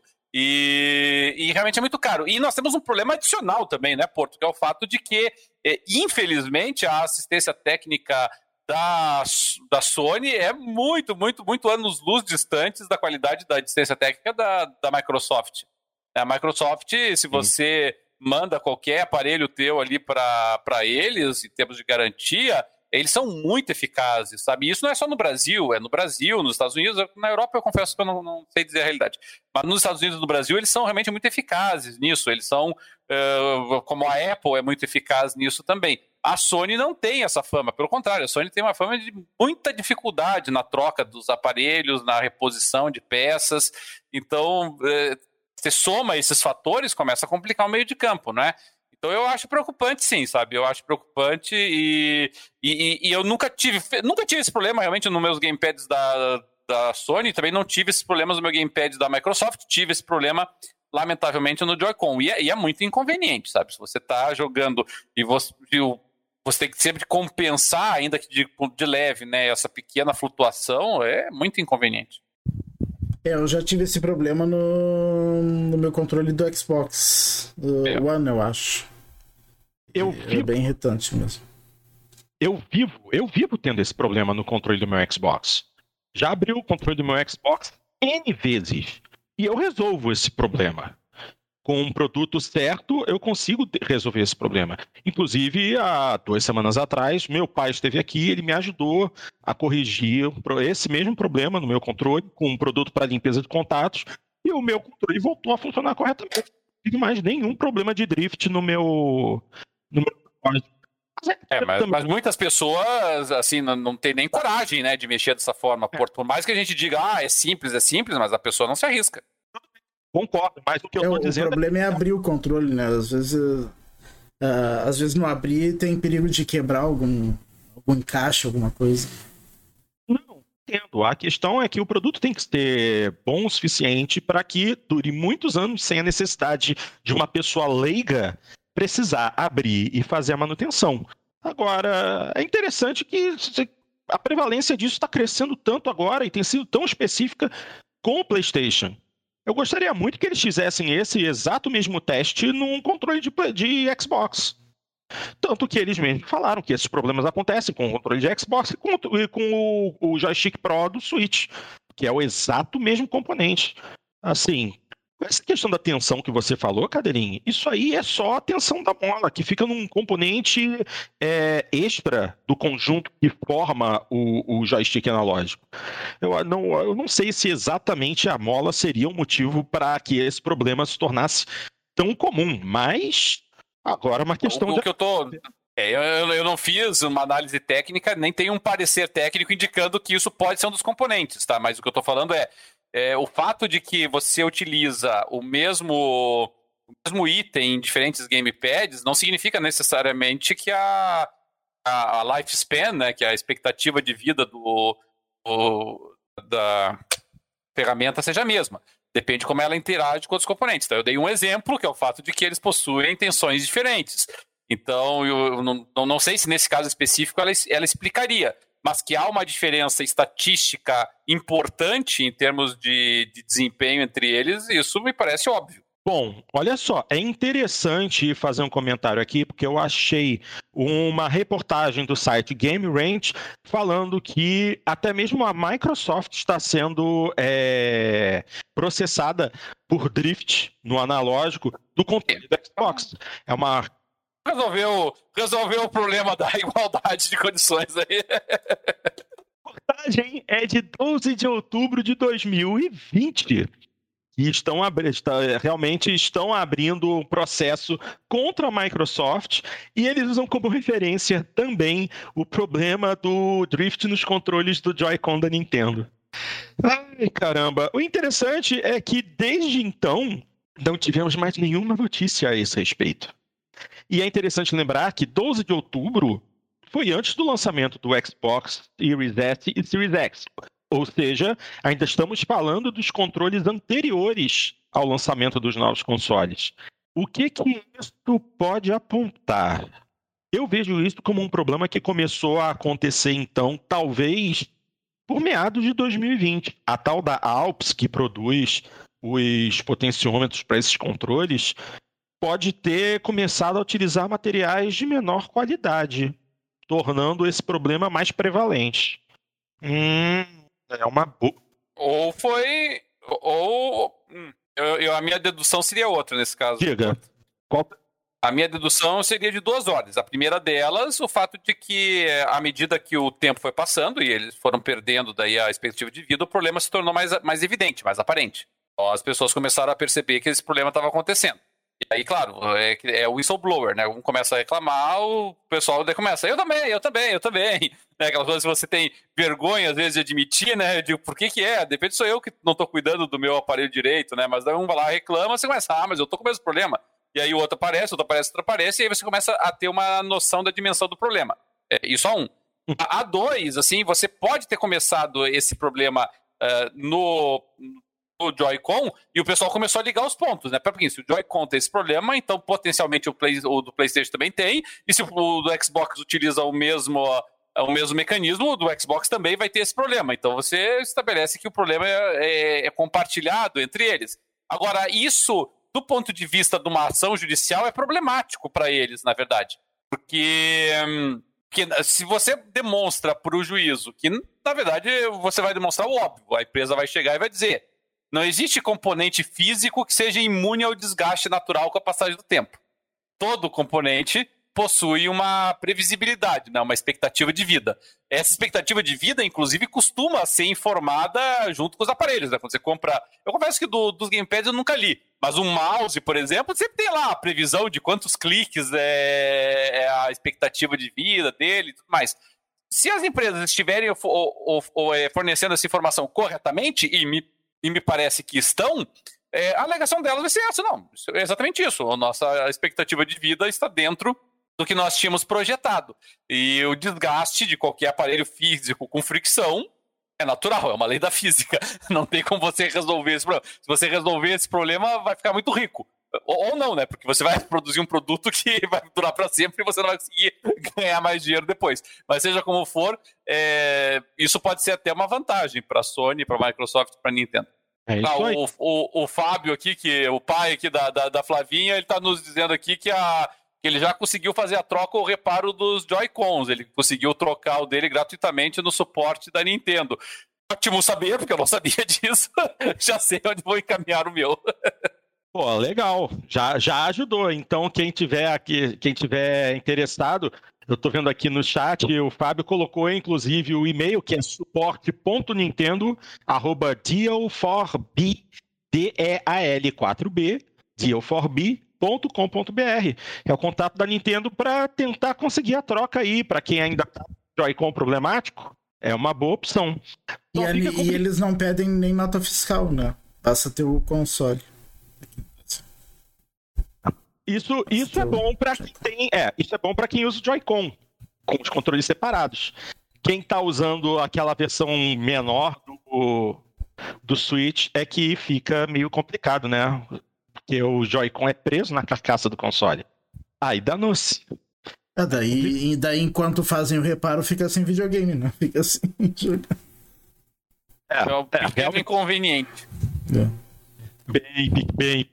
E, e realmente é muito caro. E nós temos um problema adicional também, né, Porto? Que é o fato de que, é, infelizmente, a assistência técnica da, da Sony é muito, muito, muito anos-luz distantes da qualidade da assistência técnica da, da Microsoft. A Microsoft, se você Sim. manda qualquer aparelho teu ali para eles, em termos de garantia, eles são muito eficazes, sabe? E isso não é só no Brasil, é no Brasil, nos Estados Unidos. Na Europa eu confesso que eu não, não sei dizer a realidade. Mas nos Estados Unidos e no Brasil eles são realmente muito eficazes nisso. Eles são, uh, como a Apple é muito eficaz nisso também. A Sony não tem essa fama, pelo contrário, a Sony tem uma fama de muita dificuldade na troca dos aparelhos, na reposição de peças. Então, uh, você soma esses fatores, começa a complicar o meio de campo, não é? Então eu acho preocupante, sim, sabe? Eu acho preocupante e, e, e eu nunca tive, nunca tive esse problema realmente nos meus gamepads da, da Sony, também não tive esses problemas no meu gamepad da Microsoft, tive esse problema, lamentavelmente, no Joy-Con. E é, e é muito inconveniente, sabe? Se você tá jogando e você, você tem que sempre compensar, ainda que de, de leve, né, essa pequena flutuação, é muito inconveniente. É, eu já tive esse problema no, no meu controle do Xbox é. One, eu acho. Eu é vivo, bem irritante mesmo. Eu vivo, eu vivo tendo esse problema no controle do meu Xbox. Já abri o controle do meu Xbox N vezes. E eu resolvo esse problema. Com um produto certo, eu consigo resolver esse problema. Inclusive, há duas semanas atrás, meu pai esteve aqui e ele me ajudou a corrigir esse mesmo problema no meu controle, com um produto para limpeza de contatos, e o meu controle voltou a funcionar corretamente. Não tive mais nenhum problema de drift no meu... No meu... É, mas, mas muitas pessoas, assim, não, não tem nem coragem, né, de mexer dessa forma. Por, por mais que a gente diga, ah, é simples, é simples, mas a pessoa não se arrisca. Concordo, mas o que eu é, tô dizendo... O problema é... é abrir o controle, né? Às vezes, uh, às vezes não abrir tem perigo de quebrar algum, algum encaixe, alguma coisa. Não, entendo. A questão é que o produto tem que ser bom o suficiente para que dure muitos anos sem a necessidade de uma pessoa leiga precisar abrir e fazer a manutenção. Agora, é interessante que a prevalência disso está crescendo tanto agora e tem sido tão específica com o PlayStation. Eu gostaria muito que eles fizessem esse exato mesmo teste num controle de, de Xbox. Tanto que eles mesmos falaram que esses problemas acontecem com o controle de Xbox e com, e com o, o joystick Pro do Switch, que é o exato mesmo componente. Assim... Essa questão da tensão que você falou, Cadeirinho, isso aí é só a tensão da mola, que fica num componente é, extra do conjunto que forma o, o joystick analógico. Eu não, eu não sei se exatamente a mola seria um motivo para que esse problema se tornasse tão comum, mas agora é uma questão o, o de... que eu tô... É, eu, eu não fiz uma análise técnica, nem tenho um parecer técnico indicando que isso pode ser um dos componentes, tá? Mas o que eu tô falando é É, o fato de que você utiliza o mesmo, o mesmo item em diferentes gamepads não significa necessariamente que a, a, a lifespan, né, que é a expectativa de vida do, do, da ferramenta seja a mesma. Depende de como ela interage com outros componentes. Então, eu dei um exemplo, que é o fato de que eles possuem tensões diferentes. Então, eu não, não sei se nesse caso específico ela, ela explicaria. Mas que há uma diferença estatística importante em termos de, de desempenho entre eles, isso me parece óbvio. Bom, olha só, é interessante fazer um comentário aqui, porque eu achei uma reportagem do site Game Range falando que até mesmo a Microsoft está sendo é, processada por drift no analógico do controle do Xbox. É uma Resolveu, resolveu o problema da igualdade de condições aí. A reportagem é de doze de outubro de dois mil e vinte. E estão abri- está- realmente estão abrindo um processo contra a Microsoft e eles usam como referência também o problema do drift nos controles do Joy-Con da Nintendo. Ai, caramba. O interessante é que desde então não tivemos mais nenhuma notícia a esse respeito. E é interessante lembrar que doze de outubro foi antes do lançamento do Xbox Series S e Series X. Ou seja, ainda estamos falando dos controles anteriores ao lançamento dos novos consoles. O que que isso pode apontar? Eu vejo isso como um problema que começou a acontecer, então, talvez por meados de dois mil e vinte. A tal da Alps, que produz os potenciômetros para esses controles, pode ter começado a utilizar materiais de menor qualidade, tornando esse problema mais prevalente. Hum, é uma boa. Ou foi. Ou. hum, eu, eu- a minha dedução seria outra nesse caso. Diga. Qual... A minha dedução seria de duas ordens. A primeira delas, o fato de que, à medida que o tempo foi passando e eles foram perdendo daí a expectativa de vida, o problema se tornou mais, mais evidente, mais aparente. Então, as pessoas começaram a perceber que esse problema estava acontecendo. E aí, claro, é, que- é o whistleblower, né? Um começa a reclamar, o pessoal daí começa, eu também, eu também, eu também. Né? Aquelas coisas que você tem vergonha, às vezes, de admitir, né? De por que que é? De repente sou eu que não estou cuidando do meu aparelho direito, né? Mas daí um vai lá, reclama, você começa, ah, mas eu tô com o mesmo problema. E aí o outro aparece, o outro aparece, o outro aparece, e aí você começa a ter uma noção da dimensão do problema. É, isso a um. A, a dois, assim, você pode ter começado esse problema ah, no... o Joy-Con, e o pessoal começou a ligar os pontos, né? Porque se o Joy-Con tem esse problema, então potencialmente o, Play, o do PlayStation também tem, e se o do Xbox utiliza o mesmo, o mesmo mecanismo, o do Xbox também vai ter esse problema. Então você estabelece que o problema é, é, é compartilhado entre eles. Agora, isso, do ponto de vista de uma ação judicial, é problemático para eles, na verdade. Porque... hum, que se você demonstra para o juízo que, na verdade, você vai demonstrar o óbvio, a empresa vai chegar e vai dizer: não existe componente físico que seja imune ao desgaste natural com a passagem do tempo. Todo componente possui uma previsibilidade, né? Uma expectativa de vida. Essa expectativa de vida, inclusive, costuma ser informada junto com os aparelhos, né? Quando você compra... Eu confesso que do, dos gamepads eu nunca li, mas um mouse, por exemplo, sempre tem lá a previsão de quantos cliques é, é a expectativa de vida dele e tudo mais. Se as empresas estiverem ou, ou, ou, fornecendo essa informação corretamente, e me e me parece que estão, é, a alegação delas vai ser essa, não, é exatamente isso, a nossa expectativa de vida está dentro do que nós tínhamos projetado, e o desgaste de qualquer aparelho físico com fricção é natural, é uma lei da física, não tem como você resolver esse problema. Se você resolver esse problema, vai ficar muito rico, ou, ou não, né, porque você vai produzir um produto que vai durar para sempre e você não vai conseguir ganhar mais dinheiro depois, mas seja como for, é, isso pode ser até uma vantagem para a Sony, para a Microsoft, para a Nintendo. É isso Ah, aí. o, o, o Fábio aqui, que o pai aqui da, da, da Flavinha, ele está nos dizendo aqui que, a, que ele já conseguiu fazer a troca ou reparo dos Joy-Cons. Ele conseguiu trocar o dele gratuitamente no suporte da Nintendo. Ótimo saber, porque eu não sabia disso. Já sei onde vou encaminhar o meu. Pô, legal. Já, já ajudou. Então, quem tiver aqui, quem tiver interessado, eu tô vendo aqui no chat, o Fábio colocou, inclusive, o e-mail, que é suporte ponto nintendo arroba deal for b, D E A L quatro B, deal for b ponto com ponto b r. É o contato da Nintendo para tentar conseguir a troca aí, para quem ainda tá com Joy-Con problemático, é uma boa opção. E, Só a- fica e compli- eles não pedem nem nota fiscal, né? Basta ter o console. Isso, isso é bom para quem tem, é, isso é bom para quem usa o Joy-Con com os controles separados. Quem está usando aquela versão menor do, do Switch é que fica meio complicado, né? Porque o Joy-Con é preso na carcaça do console. Aí danou-se. É, daí, e daí, enquanto fazem o reparo, fica sem videogame, né? Fica sem jogar. É, É um é, pequeno realmente inconveniente. bem, bem.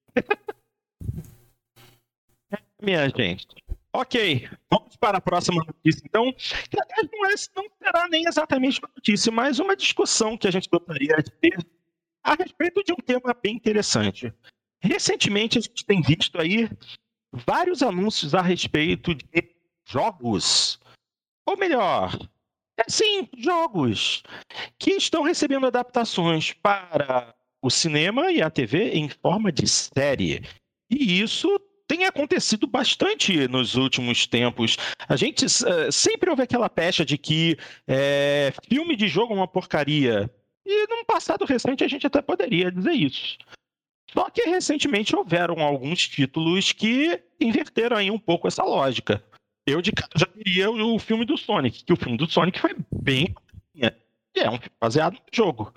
Minha gente. Ok, vamos para a próxima notícia, então. Que, aliás, não, é, não será nem exatamente uma notícia, mas uma discussão que a gente gostaria de ter a respeito de um tema bem interessante. Recentemente, a gente tem visto aí vários anúncios a respeito de jogos, ou melhor, é, sim, jogos que estão recebendo adaptações para o cinema e a T V em forma de série. E isso tem acontecido bastante nos últimos tempos. A gente uh, sempre ouve aquela pecha de que é, filme de jogo é uma porcaria. E num passado recente a gente até poderia dizer isso. Só que recentemente houveram alguns títulos que inverteram aí um pouco essa lógica. Eu de cara já diria o filme do Sonic, que o filme do Sonic foi bem... É um filme baseado no jogo.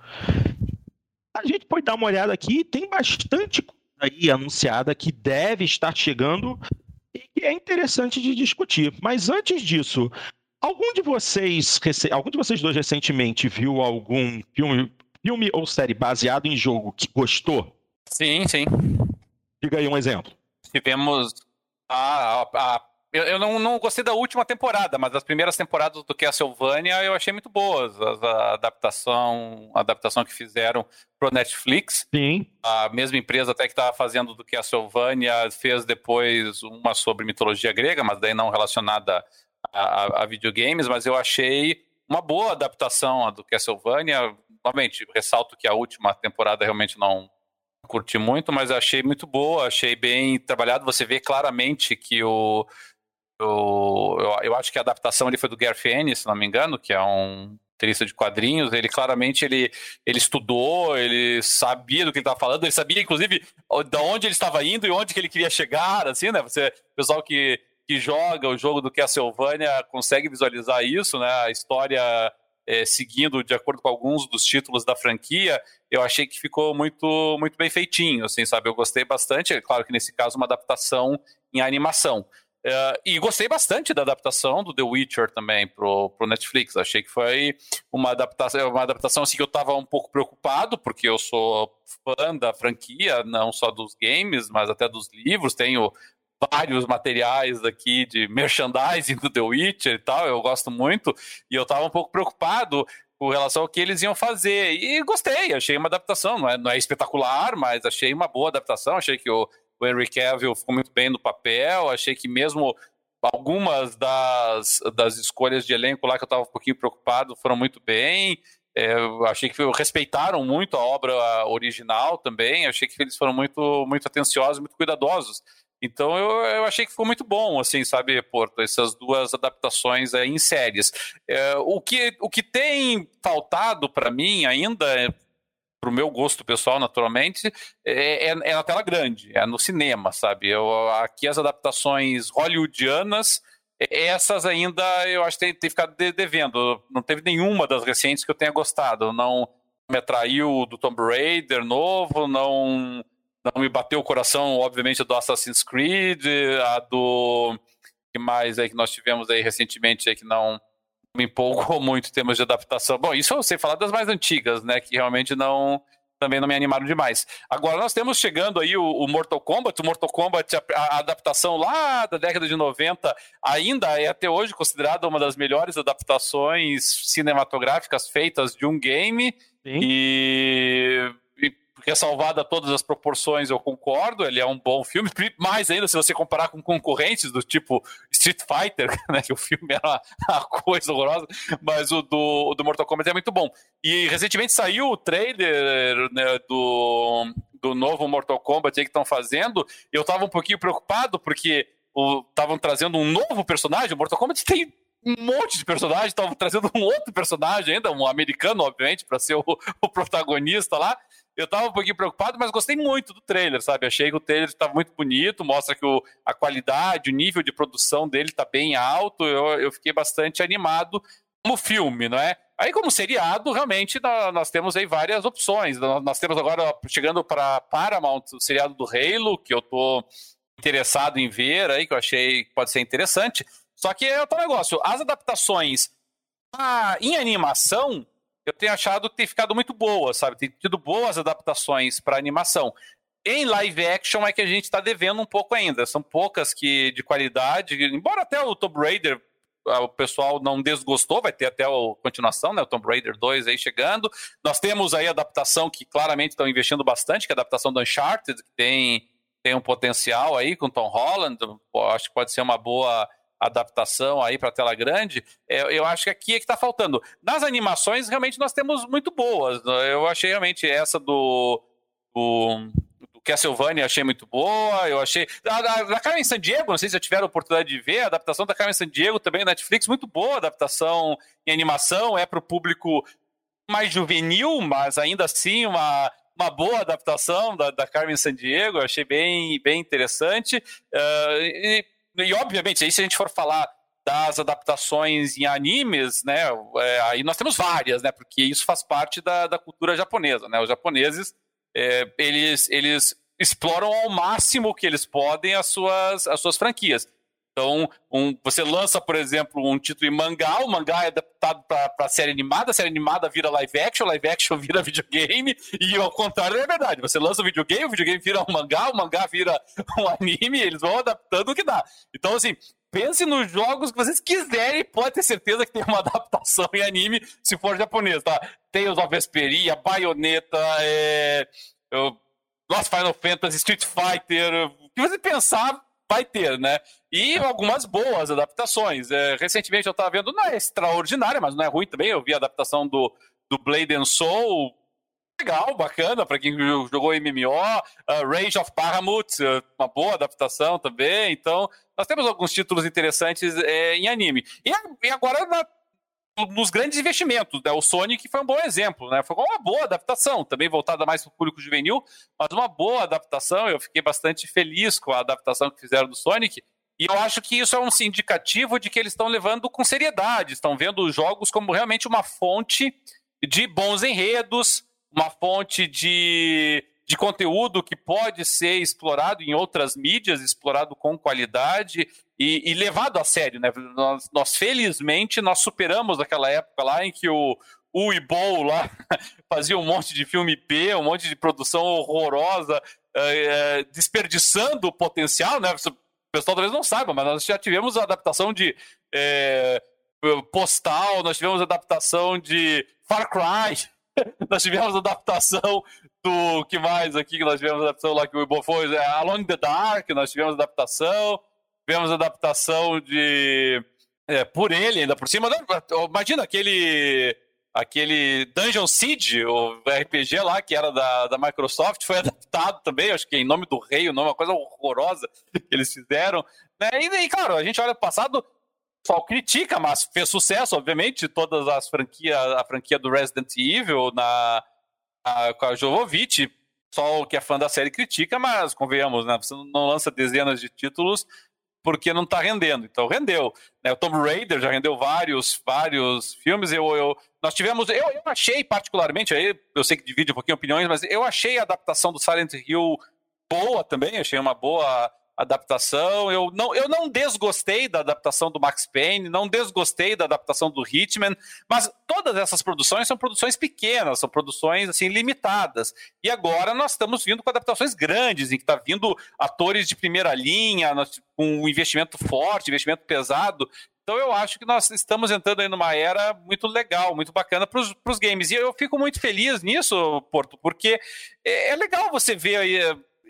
A gente pode dar uma olhada aqui, tem bastante coisa aí anunciada que deve estar chegando e que é interessante de discutir. Mas antes disso, algum de vocês, algum de vocês dois recentemente viu algum filme, filme ou série baseado em jogo que gostou? Sim, sim. Diga aí um exemplo. Tivemos a... a, a eu eu não, não gostei da última temporada, mas as primeiras temporadas do Castlevania eu achei muito boas. A, a adaptação, a adaptação que fizeram pro Netflix. Sim. A mesma empresa até que estava fazendo do Castlevania fez depois uma sobre mitologia grega, mas daí não relacionada a, a, a videogames, mas eu achei uma boa adaptação do Castlevania. Novamente, ressalto que a última temporada realmente não curti muito, mas achei muito boa, achei bem trabalhado. Você vê claramente que o... o eu, eu acho que a adaptação ali foi do Garth Ennis, se não me engano, que é um roteirista de quadrinhos. Ele claramente ele, ele estudou, ele sabia do que ele estava falando, ele sabia, inclusive, de onde ele estava indo e onde que ele queria chegar, assim, né? Você, o pessoal que, que joga o jogo do Castlevania consegue visualizar isso, né? A história... É, seguindo de acordo com alguns dos títulos da franquia, eu achei que ficou muito, muito bem feitinho, assim, sabe? Eu gostei bastante, é claro que nesse caso uma adaptação em animação. Uh, e gostei bastante da adaptação do The Witcher também pro, pro Netflix. Achei que foi uma adaptação, uma adaptação assim, que eu estava um pouco preocupado, porque eu sou fã da franquia, não só dos games, mas até dos livros. Tenho vários materiais aqui de merchandising do The Witcher e tal, eu gosto muito, e eu tava um pouco preocupado com relação ao que eles iam fazer, e gostei, achei uma adaptação, não é, não é espetacular, mas achei uma boa adaptação, achei que o, o Henry Cavill ficou muito bem no papel, achei que mesmo algumas das, das escolhas de elenco lá que eu tava um pouquinho preocupado foram muito bem, é, eu achei que respeitaram muito a obra original também, achei que eles foram muito, muito atenciosos, muito cuidadosos. Então eu, eu achei que ficou muito bom, assim, sabe, Porto, essas duas adaptações aí em séries. É, o, que, o que tem faltado para mim ainda, é, pro meu gosto pessoal, naturalmente, é, é, é na tela grande, é no cinema, sabe? Eu, aqui as adaptações hollywoodianas, essas ainda eu acho que tem, tem ficado devendo. Não teve nenhuma das recentes que eu tenha gostado. Não me atraiu do Tomb Raider novo, não... Não me bateu o coração, obviamente, do Assassin's Creed, a do... que mais aí que nós tivemos aí recentemente aí que não me empolgou muito em termos de adaptação. Bom, isso eu sei falar das mais antigas, né, que realmente não... também não me animaram demais. Agora nós temos chegando aí o, o Mortal Kombat, o Mortal Kombat, a, a adaptação lá da década de noventa, ainda é até hoje considerada uma das melhores adaptações cinematográficas feitas de um game. Sim. E... Porque é salvada todas as proporções, eu concordo, ele é um bom filme, mais ainda se você comparar com concorrentes do tipo Street Fighter, né, que o filme era uma, uma coisa horrorosa, mas o do, o do Mortal Kombat é muito bom. E recentemente saiu o trailer, né, do, do novo Mortal Kombat aí que estão fazendo, e eu tava um pouquinho preocupado, porque estavam trazendo um novo personagem, o Mortal Kombat tem um monte de personagens, estavam trazendo um outro personagem ainda, um americano, obviamente, para ser o, o protagonista lá. Eu tava um pouquinho preocupado, mas gostei muito do trailer, sabe? Achei que o trailer estava muito bonito, mostra que o, a qualidade, o nível de produção dele tá bem alto, eu, eu fiquei bastante animado como filme, não é? Aí como seriado, realmente, nós, nós temos aí várias opções. Nós, nós temos agora, chegando para Paramount, o seriado do Halo, que eu tô interessado em ver, aí, que eu achei que pode ser interessante. Só que é outro negócio, as adaptações ah, em animação... eu tenho achado que tem ficado muito boa, sabe? Tem tido boas adaptações para animação. Em live action é que a gente está devendo um pouco ainda. São poucas que de qualidade, embora até o Tomb Raider o pessoal não desgostou, vai ter até a continuação, né? O Tomb Raider dois aí chegando. Nós temos aí a adaptação que claramente estão investindo bastante, que é a adaptação do Uncharted, que tem, tem um potencial aí com Tom Holland, acho que pode ser uma boa adaptação aí para tela grande. Eu, eu acho que aqui é que está faltando. Nas animações, realmente, nós temos muito boas. Eu achei realmente essa do, do, do Castlevania, achei muito boa. Eu achei... Da, da, da Carmen Sandiego, não sei se já tiveram a oportunidade de ver, a adaptação da Carmen Sandiego também na Netflix, muito boa adaptação em animação, é para o público mais juvenil, mas ainda assim uma... uma boa adaptação da, da Carmen Sandiego, eu achei bem, bem interessante. Uh, e, e, obviamente, aí se a gente for falar das adaptações em animes, né, é, aí nós temos várias, né, porque isso faz parte da, da cultura japonesa, né, os japoneses, é, eles, eles exploram ao máximo que eles podem as suas, as suas franquias. Então, um, você lança, por exemplo, um título em mangá, o mangá é adaptado para a série animada, a série animada vira live action, live action vira videogame, e ao contrário é verdade. Você lança o videogame, o videogame vira um mangá, o mangá vira um anime, eles vão adaptando o que dá. Então, assim, pense nos jogos que vocês quiserem, pode ter certeza que tem uma adaptação em anime, se for japonês, tá? Tales of Vesperia, Bayonetta, é... Lost Final Fantasy, Street Fighter, o que você pensar, vai ter, né? E algumas boas adaptações. É, recentemente eu estava vendo, não é extraordinária, mas não é ruim também. Eu vi a adaptação do, do Blade and Soul. Legal, bacana, para quem jogou M M O. Uh, Rage of Bahamut, uma boa adaptação também. Então, nós temos alguns títulos interessantes é, em anime. E, e agora, na, nos grandes investimentos, né? O Sonic foi um bom exemplo, né? Foi uma boa adaptação, também voltada mais para o público juvenil, mas uma boa adaptação. Eu fiquei bastante feliz com a adaptação que fizeram do Sonic. E eu acho que isso é um indicativo de que eles estão levando com seriedade, estão vendo os jogos como realmente uma fonte de bons enredos, uma fonte de, de conteúdo que pode ser explorado em outras mídias, explorado com qualidade e, e levado a sério, né? Nós, nós, felizmente, nós superamos aquela época lá em que o o Ibou lá fazia um monte de filme B, um monte de produção horrorosa, é, desperdiçando o potencial, né? O pessoal talvez não saiba, mas nós já tivemos a adaptação de é, Postal, nós tivemos a adaptação de Far Cry, nós tivemos a adaptação do... que mais aqui que nós tivemos a adaptação lá que o Ibo foi? É, Alone in the Dark, nós tivemos a adaptação, tivemos a adaptação de... É, por ele, ainda por cima. Imagina aquele... aquele Dungeon Siege, o R P G lá, que era da, da Microsoft, foi adaptado também, acho que em Nome do Rei, o nome, uma coisa horrorosa que eles fizeram. Né? E, e, claro, a gente olha para o passado, só critica, mas fez sucesso, obviamente, todas as franquias, a franquia do Resident Evil, na, a, com a Jovovich, só o que é fã da série critica, mas convenhamos, né? Você não lança dezenas de títulos porque não está rendendo. Então, rendeu. Né? O Tomb Raider já rendeu vários, vários filmes. Eu, eu, nós tivemos... Eu, eu achei, particularmente, aí eu sei que divide um pouquinho opiniões, mas eu achei a adaptação do Silent Hill boa também. Achei uma boa adaptação. Eu não, eu não desgostei da adaptação do Max Payne, não desgostei da adaptação do Hitman, mas todas essas produções são produções pequenas, são produções assim limitadas. E agora nós estamos vindo com adaptações grandes, em que está vindo atores de primeira linha, com um investimento forte, investimento pesado. Então eu acho que nós estamos entrando aí numa era muito legal, muito bacana para os games. E eu fico muito feliz nisso, Porto, porque é, é legal você ver aí...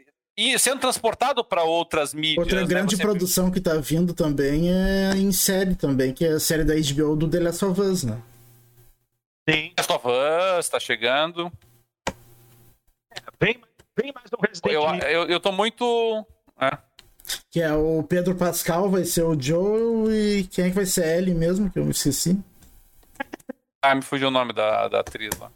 E sendo transportado para outras mídias. Outra grande né? Você... produção que tá vindo também é em série também, que é a série da H B O do The Last of Us, né? Sim. The Last of Us tá chegando. É, bem, bem mais um Resident eu, eu, eu tô muito... É. Que é o Pedro Pascal, vai ser o Joel, e quem é que vai ser a Ellie mesmo, que eu me esqueci? Ah, me fugiu o nome da, da atriz lá.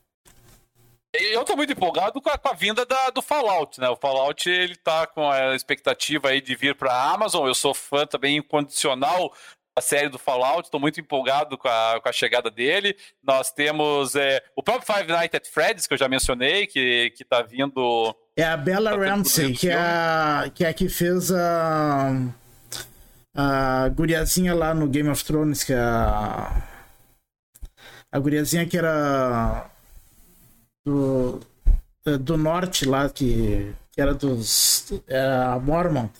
Eu tô muito empolgado com a, com a vinda da, do Fallout, né? O Fallout, ele tá com a expectativa aí de vir pra Amazon. Eu sou fã também incondicional da série do Fallout, tô muito empolgado com a, com a chegada dele. Nós temos é, o próprio Five Nights at Freddy's, que eu já mencionei, que, que tá vindo... É a Bella tá Ramsey, que é a, que é a que fez a... a guriazinha lá no Game of Thrones, que é a... a guriazinha que era... Do, do norte lá, que, que era dos. Era Mormont.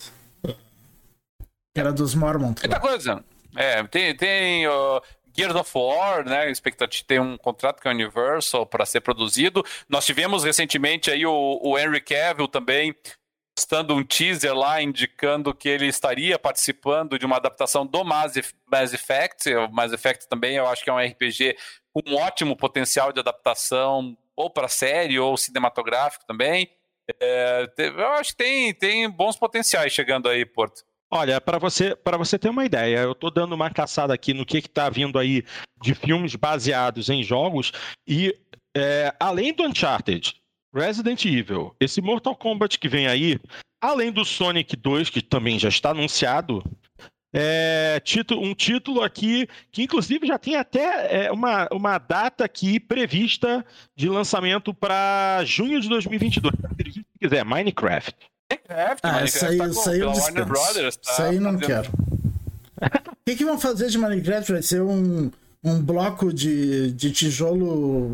Que era dos Mormont. Muita coisa. É, tem, tem uh, Gears of War, né? Expectativa tem um contrato com a Universal para ser produzido. Nós tivemos recentemente aí o, o Henry Cavill também postando um teaser lá indicando que ele estaria participando de uma adaptação do Mass Effect. O Mass Effect também eu acho que é um R P G com um ótimo potencial de adaptação, ou para série, ou cinematográfico também. É, eu acho que tem, tem bons potenciais chegando aí, Porto. Olha, para você, para você ter uma ideia, eu estou dando uma caçada aqui no que está vindo aí de filmes baseados em jogos, e é, além do Uncharted, Resident Evil, esse Mortal Kombat que vem aí, além do Sonic dois, que também já está anunciado, é, título, um título aqui que inclusive já tem até é, uma, uma data aqui prevista de lançamento para junho de dois mil e vinte e dois, se quiser, Minecraft. Minecraft, ah, Minecraft isso aí, tá isso aí eu Warner Brothers, tá isso aí não fazendo... quero. O que, que vão fazer de Minecraft? Vai ser um, um bloco de, de tijolo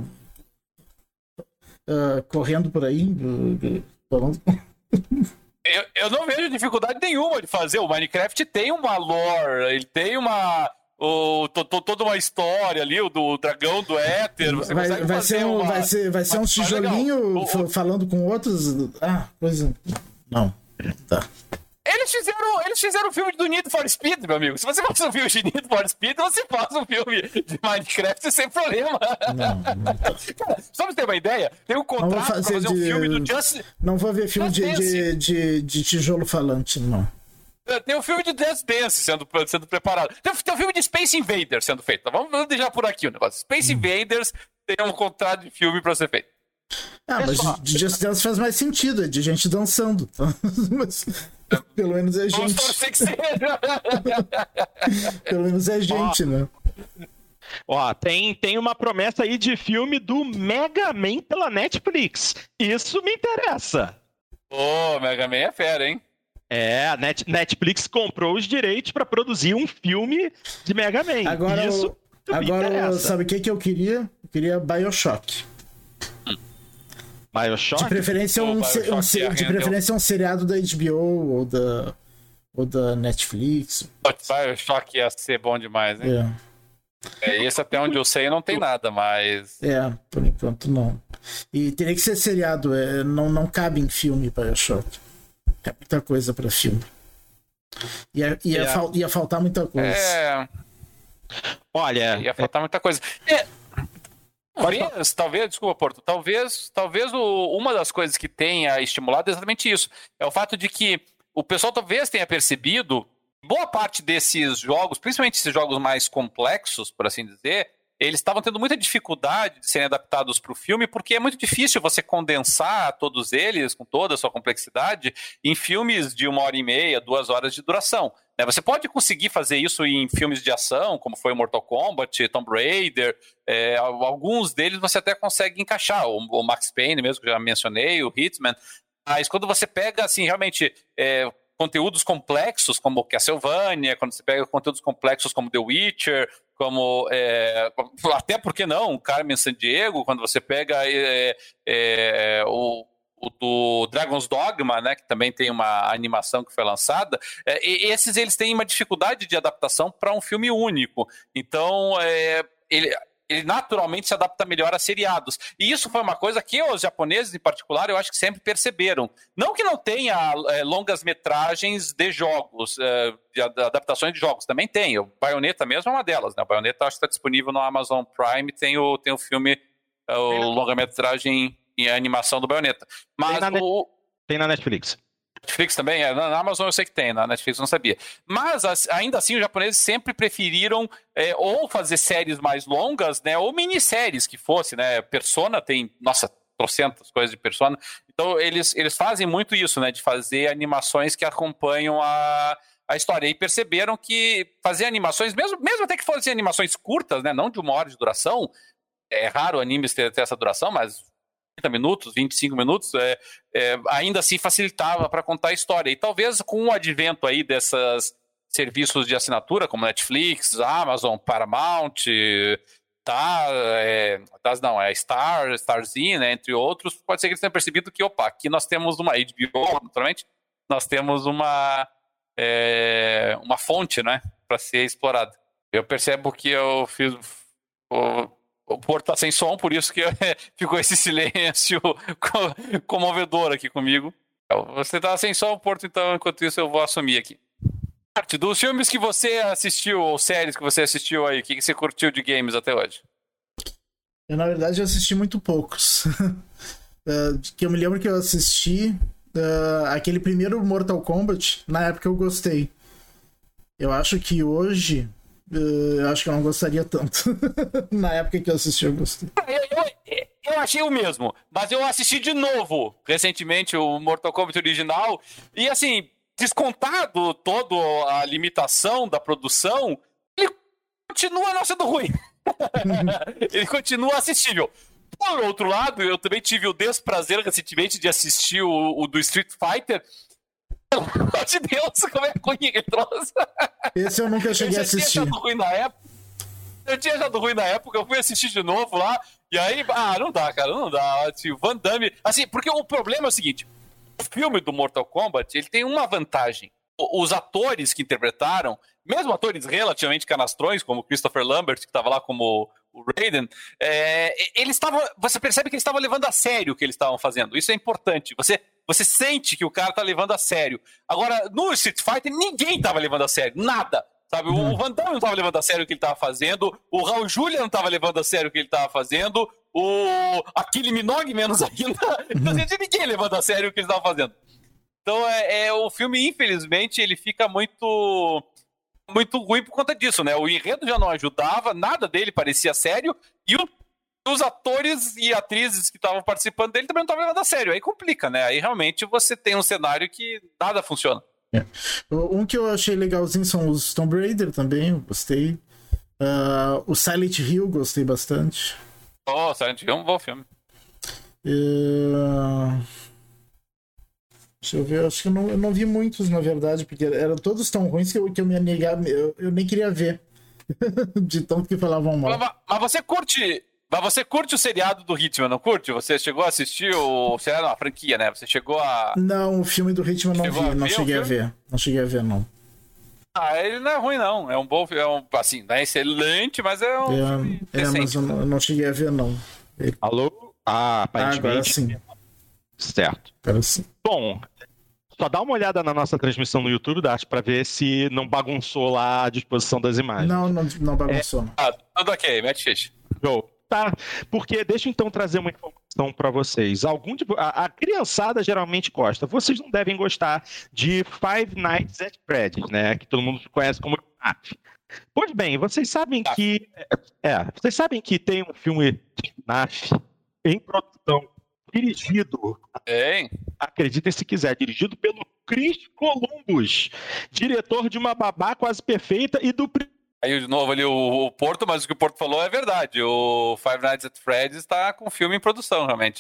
uh, correndo por aí? Falando... Eu, eu não vejo dificuldade nenhuma de fazer. O Minecraft tem uma lore, ele tem uma... O, to, to, toda uma história ali, o do dragão do éter. Você vai, consegue vai, fazer ser um, uma, vai ser, vai ser um tijolinho o, falando com outros. Ah, coisa. Não. Tá. Eles fizeram, eles fizeram um filme do Need for Speed, meu amigo. Se você faz um filme de Need for Speed, você faz um filme de Minecraft sem problema. Não, não tá. Cara, só pra você ter uma ideia, tem um contrato pra fazer de, um filme do Just... Não vou ver filme Just de, de, de, de tijolo falante, não. Tem um filme de Just Dance sendo, sendo preparado. Tem, tem um filme de Space Invaders sendo feito. Vamos, vamos deixar por aqui o negócio. Space hum. Invaders tem um contrato de filme pra ser feito. Ah, mas é de Just Dance faz mais sentido, é de gente dançando. Mas, pelo menos é gente. Pelo menos é gente, ó, né? Ó, tem, tem uma promessa aí de filme do Mega Man pela Netflix. Isso me interessa. Ô, oh, Mega Man é fera, hein? É, a Net, Netflix comprou os direitos para produzir um filme de Mega Man. Agora, Isso agora sabe o que, que eu queria? Eu queria BioShock. BioShock? De preferência, um, BioShock um, um, de preferência um seriado da H B O ou da, ou da Netflix. BioShock ia ser bom demais, hein? É. É, esse até onde eu sei não tem nada, mas... É, por enquanto não. E teria que ser seriado, é, não, não cabe em filme BioShock. É muita coisa pra filme. Ia, ia, é. fal, ia faltar muita coisa. É... Olha... Ia faltar é... muita coisa. É... Talvez, talvez, desculpa, Porto, talvez, talvez o, uma das coisas que tenha estimulado é exatamente isso. É o fato de que o pessoal talvez tenha percebido boa parte desses jogos, principalmente esses jogos mais complexos, por assim dizer, eles estavam tendo muita dificuldade de serem adaptados para o filme, porque é muito difícil você condensar todos eles, com toda a sua complexidade, em filmes de uma hora e meia, duas horas de duração. Você pode conseguir fazer isso em filmes de ação, como foi o Mortal Kombat, Tomb Raider, é, alguns deles você até consegue encaixar, o, o Max Payne mesmo, que eu já mencionei, o Hitman, mas quando você pega, assim, realmente... É, conteúdos complexos como Castlevania, quando você pega conteúdos complexos como The Witcher, como é, até porque não, Carmen Sandiego, quando você pega é, é, o, o do Dragon's Dogma, né, que também tem uma animação que foi lançada, é, esses eles têm uma dificuldade de adaptação para um filme único. Então, é, ele... ele naturalmente se adapta melhor a seriados. E isso foi uma coisa que os japoneses, em particular, eu acho que sempre perceberam. Não que não tenha é, longas metragens de jogos, é, de adaptações de jogos, também tem. O Bayonetta mesmo é uma delas, né? O Bayonetta acho que está disponível no Amazon Prime, tem o, tem o filme, é, o longa-metragem e a animação do Bayonetta. Mas tem na, o... tem na Netflix. Netflix também? É, na Amazon eu sei que tem, na Netflix eu não sabia. Mas, ainda assim, os japoneses sempre preferiram é, ou fazer séries mais longas, né, ou minisséries que fosse, né? Persona tem, nossa, trocentas coisas de Persona. Então, eles, eles fazem muito isso, né, de fazer animações que acompanham a, a história. E perceberam que fazer animações, mesmo, mesmo até que fossem animações curtas, né, não de uma hora de duração, é raro animes ter, ter essa duração, mas... trinta minutos, vinte e cinco minutos, é, é, ainda assim facilitava para contar a história. E talvez com o advento aí desses serviços de assinatura, como Netflix, Amazon, Paramount, tá, é, não, é Star, Starz, né, entre outros, pode ser que eles tenham percebido que, opa, aqui nós temos uma H B O, naturalmente, nós temos uma, é, uma fonte, né, para ser explorada. Eu percebo que eu fiz... O, O Porto tá sem som, por isso que ficou esse silêncio comovedor aqui comigo. Você tá sem som, Porto, então enquanto isso eu vou assumir aqui. Parte dos filmes que você assistiu, ou séries que você assistiu aí, o que você curtiu de games até hoje? Eu, na verdade, assisti muito poucos. uh, que eu me lembro que eu assisti uh, aquele primeiro Mortal Kombat, na época eu gostei. Eu acho que hoje, uh, eu acho que eu não gostaria tanto. Na época que eu assisti, eu gostei. Eu, eu, eu achei o mesmo, mas eu assisti de novo, recentemente, o Mortal Kombat original, e assim, descontado toda a limitação da produção, ele continua não sendo ruim. Ele continua assistível. Por outro lado, eu também tive o desprazer recentemente de assistir o, o do Street Fighter. Pelo amor de Deus, como é ruim que ele trouxe. Esse eu nunca cheguei eu a assistir. Tinha achado ruim na época. Eu tinha achado ruim na época, eu fui assistir de novo lá, e aí, ah, não dá, cara, não dá. Assim, o Van Damme. Assim, porque o problema é o seguinte: o filme do Mortal Kombat, ele tem uma vantagem. Os atores que interpretaram, mesmo atores relativamente canastrões, como Christopher Lambert, que estava lá como o Raiden, é, eles estavam. Você percebe que eles estavam levando a sério o que eles estavam fazendo. Isso é importante. Você, você sente que o cara está levando a sério. Agora, no Street Fighter, ninguém estava levando a sério. Nada. Sabe? Uhum. O Van Damme não estava levando a sério o que ele estava fazendo. O Raul Julia não estava levando a sério o que ele estava fazendo. O Akili Minogue menos ainda. Então, uhum. Ninguém levando a sério o que ele estava fazendo. Então, é, é, o filme, infelizmente, ele fica muito, muito ruim por conta disso, né? O enredo já não ajudava, nada dele parecia sério, e o, os atores e atrizes que estavam participando dele também não estavam levando a sério. Aí complica, né? Aí realmente você tem um cenário que nada funciona. É. Um que eu achei legalzinho são os Tomb Raider também, eu gostei. Uh, o Silent Hill, gostei bastante. Oh, Silent Hill é um bom filme. Uh... Deixa eu ver, acho que eu não, eu não vi muitos, na verdade, porque eram todos tão ruins que eu, que eu me negava, eu, eu nem queria ver. De tanto que falavam mal. Mas, mas você curte. Mas você curte o seriado do Hitman, não curte? Você chegou a assistir o seriado, não, a franquia, né? Você chegou a... Não, o filme do Hitman não vi, não cheguei a ver. Não cheguei a ver, não. Ah, ele não é ruim, não. É um bom filme, é um, assim, não é excelente, mas é um é, filme É, mas eu não, eu não cheguei a ver, não. Ele... Alô? Ah, aparentemente... Ah, agora sim. Certo. Agora sim. Bom, só dá uma olhada na nossa transmissão no YouTube, Dash, pra ver se não bagunçou lá a disposição das imagens. Não, não, não bagunçou. É, ah, tudo ok, mete ficha. Show. Tá, porque deixa eu então trazer uma informação para vocês. Algum de, a, a criançada geralmente gosta. Vocês não devem gostar de Five Nights at Freddy's, né? Que todo mundo conhece como F N A F. Pois bem, vocês sabem que é, vocês sabem que tem um filme de F N A F em produção dirigido, hein? Acreditem se quiser, dirigido pelo Chris Columbus, diretor de Uma Babá Quase Perfeita e do Aí, de novo, ali o, o Porto, mas o que o Porto falou é verdade. O Five Nights at Freddy's está com o filme em produção, realmente.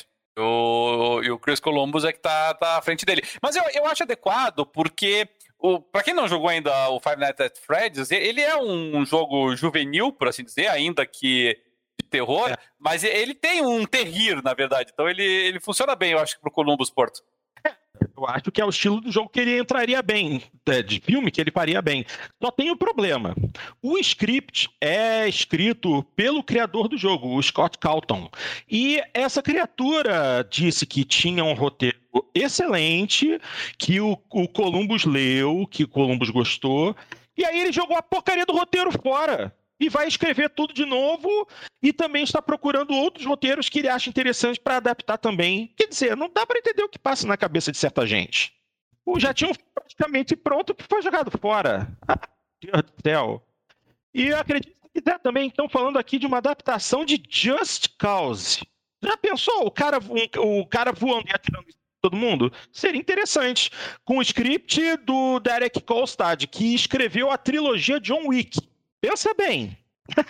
O, e o Chris Columbus é que tá, tá à frente dele. Mas eu, eu acho adequado porque, o, pra quem não jogou ainda o Five Nights at Freddy's, ele é um jogo juvenil, por assim dizer, ainda que de terror, é. Mas ele tem um terrir, na verdade. Então ele, ele funciona bem, eu acho, pro Columbus, Porto. Eu acho que é o estilo do jogo que ele entraria bem, de filme que ele faria bem. Só tem um problema. O script é escrito pelo criador do jogo, o Scott Calton. E essa criatura disse que tinha um roteiro excelente, que o, o Columbus leu, que o Columbus gostou, e aí ele jogou a porcaria do roteiro fora. E vai escrever tudo de novo e também está procurando outros roteiros que ele acha interessantes para adaptar também. Quer dizer, não dá para entender o que passa na cabeça de certa gente. O já tinha um praticamente pronto que foi jogado fora. Ah, Deus do céu. E eu acredito que quiser também, estão falando aqui de uma adaptação de Just Cause. Já pensou o cara, um, o cara voando e atirando em todo mundo? Seria interessante. Com o script do Derek Kolstad, que escreveu a trilogia John Wick. Pensa bem.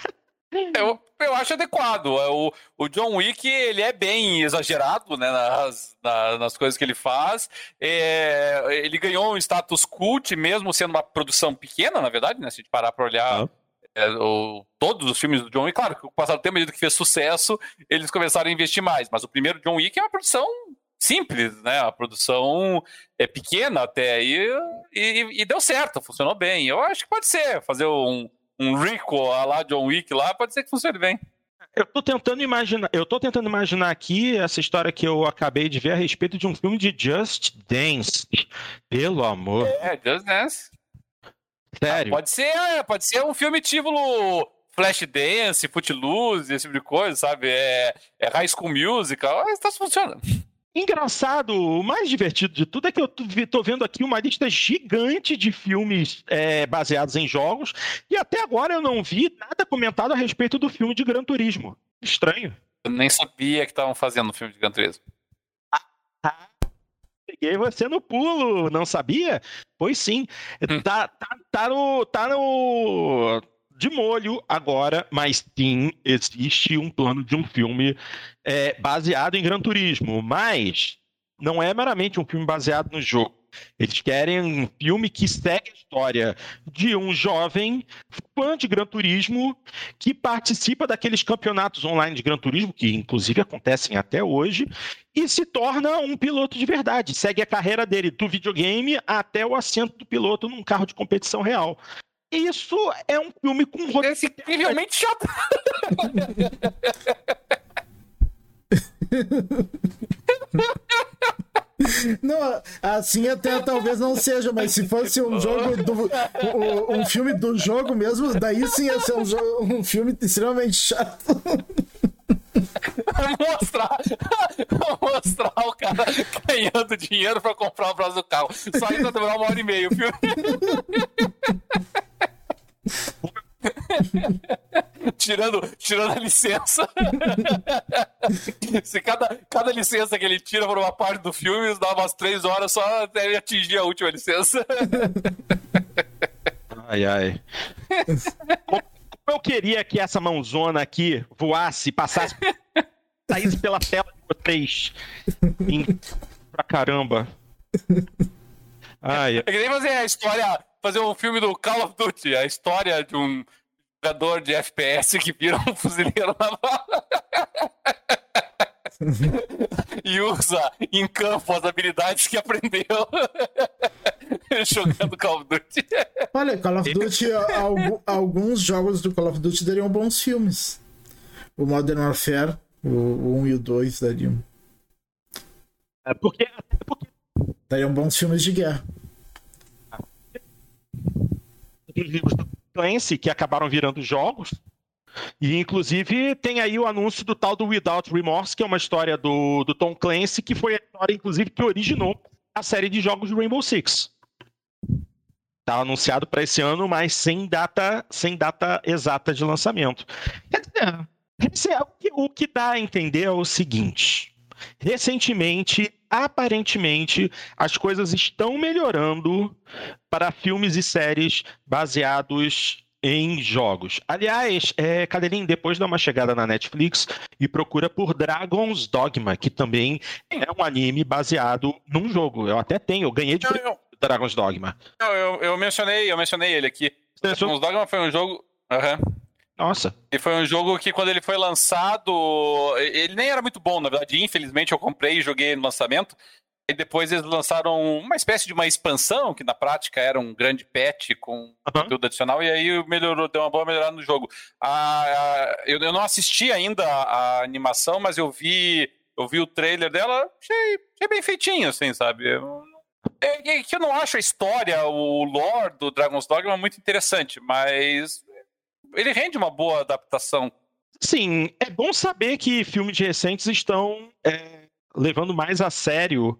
eu, eu acho adequado. O, o John Wick, ele é bem exagerado, né, nas, na, nas coisas que ele faz. É, ele ganhou um status cult, mesmo sendo uma produção pequena, na verdade, né? Se a gente parar para olhar ah. é, o, todos os filmes do John Wick. Claro que com o passar do tempo, à medida que fez sucesso, eles começaram a investir mais. Mas o primeiro John Wick é uma produção simples, né? A produção é pequena até. E, e, e deu certo, funcionou bem. Eu acho que pode ser fazer um... um Rico lá, John Wick lá, pode ser que funcione bem. Eu tô tentando imaginar, eu tô tentando imaginar aqui essa história que eu acabei de ver a respeito de um filme de Just Dance. Pelo amor. É, Just Dance. Sério? Ah, pode ser, pode ser um filme tipo Flashdance, Footloose, esse tipo de coisa, sabe? É, é High School Musical, tá funcionando. Engraçado, o mais divertido de tudo é que eu tô vendo aqui uma lista gigante de filmes é, baseados em jogos e até agora eu não vi nada comentado a respeito do filme de Gran Turismo. Estranho. Eu nem sabia que estavam fazendo um filme de Gran Turismo. Ah, peguei você no pulo, não sabia? Pois sim. Hum. Tá, tá, tá no... Tá no... de molho agora, mas sim, existe um plano de um filme é, baseado em Gran Turismo, mas não é meramente um filme baseado no jogo. Eles querem um filme que segue a história de um jovem fã de Gran Turismo que participa daqueles campeonatos online de Gran Turismo, que inclusive acontecem até hoje, e se torna um piloto de verdade. Segue a carreira dele do videogame até o assento do piloto num carro de competição real. Isso é um filme com um roteiro... É incrivelmente chato. Não, assim até talvez não seja, mas se fosse um jogo do, um, um filme do jogo mesmo, daí sim ia ser um, jogo, um filme extremamente chato. Mostrar, mostrar o cara ganhando dinheiro pra comprar o próximo carro. Só isso vai demorar uma hora e meia o filme. tirando, tirando a licença. Se cada, cada licença que ele tira por uma parte do filme, dá umas três horas só até ele atingir a última licença. Ai, ai. Como eu queria que essa mãozona aqui voasse, passasse, saísse pela tela de vocês. Pra caramba. Ai, é que nem fazer a história, fazer um filme do Call of Duty, a história de um jogador de F P S que vira um fuzileiro naval e usa em campo as habilidades que aprendeu jogando Call of Duty. Olha, Call of Duty, alguns jogos do Call of Duty dariam bons filmes. O Modern Warfare, o um e o dois dariam. É porque, é porque... dariam bons filmes de guerra. Os livros do Clancy que acabaram virando jogos. E, inclusive, tem aí o anúncio do tal do Without Remorse, que é uma história do, do Tom Clancy, que foi a história, inclusive, que originou a série de jogos de Rainbow Six. Está anunciado para esse ano, mas sem data, sem data exata de lançamento. Quer dizer, o que, o que dá a entender é o seguinte. Recentemente, aparentemente, as coisas estão melhorando para filmes e séries baseados em jogos. Aliás, é, Cadelinho, depois dá uma chegada na Netflix e procura por Dragon's Dogma, que também é um anime baseado num jogo. Eu até tenho, eu ganhei de Não, eu... Dragon's Dogma. Não, eu, eu mencionei, eu mencionei ele aqui. Dragon's Dogma foi um jogo... Uhum. Nossa. E foi um jogo que, quando ele foi lançado, ele nem era muito bom, na verdade. Infelizmente, eu comprei e joguei no lançamento. E depois eles lançaram uma espécie de uma expansão, que na prática era um grande patch com uhum. conteúdo adicional, e aí melhorou, deu uma boa melhorada no jogo. A, a, eu, eu não assisti ainda a, a animação, mas eu vi, eu vi o trailer dela, achei, achei bem feitinho, assim, sabe? Eu, é, é que eu não acho a história, o lore do Dragon's Dogma muito interessante, mas ele rende uma boa adaptação. Sim, é bom saber que filmes recentes estão é, levando mais a sério,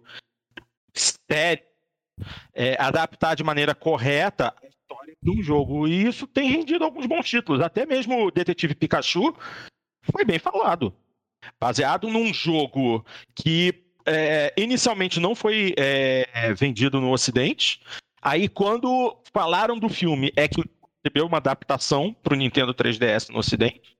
sério é, adaptar de maneira correta a história de um jogo. E isso tem rendido alguns bons títulos. Até mesmo o Detetive Pikachu foi bem falado. Baseado num jogo que é, inicialmente não foi é, vendido no Ocidente. Aí, quando falaram do filme, é que recebeu uma adaptação para o Nintendo três D S no Ocidente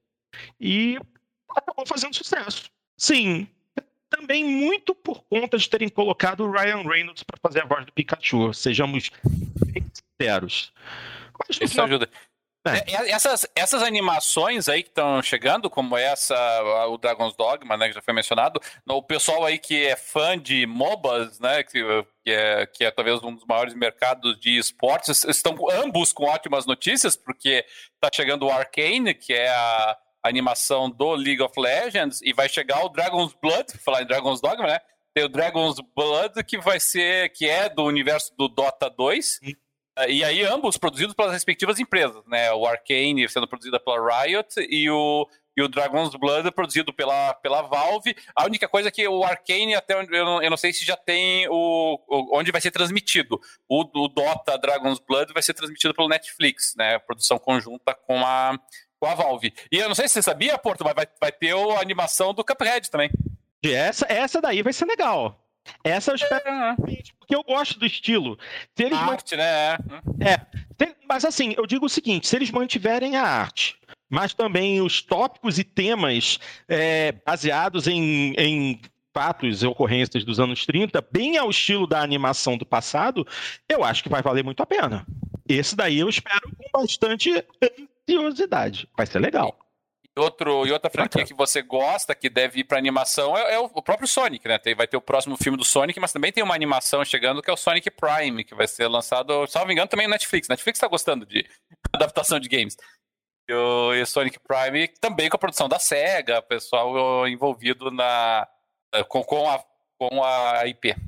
e acabou fazendo sucesso. Sim, também muito por conta de terem colocado o Ryan Reynolds para fazer a voz do Pikachu. Sejamos bem sinceros. Mas, isso ajuda. É. Essas, essas animações aí que estão chegando, como essa, o Dragon's Dogma, né, que já foi mencionado, o pessoal aí que é fã de MOBAs, né, que, que, é, que é talvez um dos maiores mercados de esportes, estão ambos com ótimas notícias, porque está chegando o Arcane, que é a, animação do League of Legends, e vai chegar o Dragon's Blood, falar em Dragon's Dogma, né? Tem o Dragon's Blood, que vai ser, que é do universo do Dota dois, Sim. E aí ambos produzidos pelas respectivas empresas, né? O Arcane sendo produzida pela Riot e o, e o Dragon's Blood produzido pela, pela Valve. A única coisa é que o Arcane, até onde, eu, não, eu não sei se já tem o, o onde vai ser transmitido. O, o Dota Dragon's Blood vai ser transmitido pelo Netflix, né? Produção conjunta com a, com a Valve. E eu não sei se você sabia, Porto, mas vai, vai ter a animação do Cuphead também. Essa, essa daí vai ser legal. Essa eu espero, é. porque eu gosto do estilo. Se eles arte, mant... né? É, tem... mas assim, eu digo o seguinte, se eles mantiverem a arte, mas também os tópicos e temas é, baseados em, em fatos e ocorrências dos anos trinta, bem ao estilo da animação do passado, eu acho que vai valer muito a pena. Esse daí eu espero com bastante ansiosidade. Vai ser legal. Outro, e outra franquia que você gosta, que deve ir para animação, é, é o próprio Sonic, né? Tem, vai ter o próximo filme do Sonic, mas também tem uma animação chegando que é o Sonic Prime, que vai ser lançado, salvo engano, também no Netflix. Netflix está gostando de adaptação de games. E o, e o Sonic Prime também com a produção da SEGA, pessoal envolvido na, com, com, a, com a I P.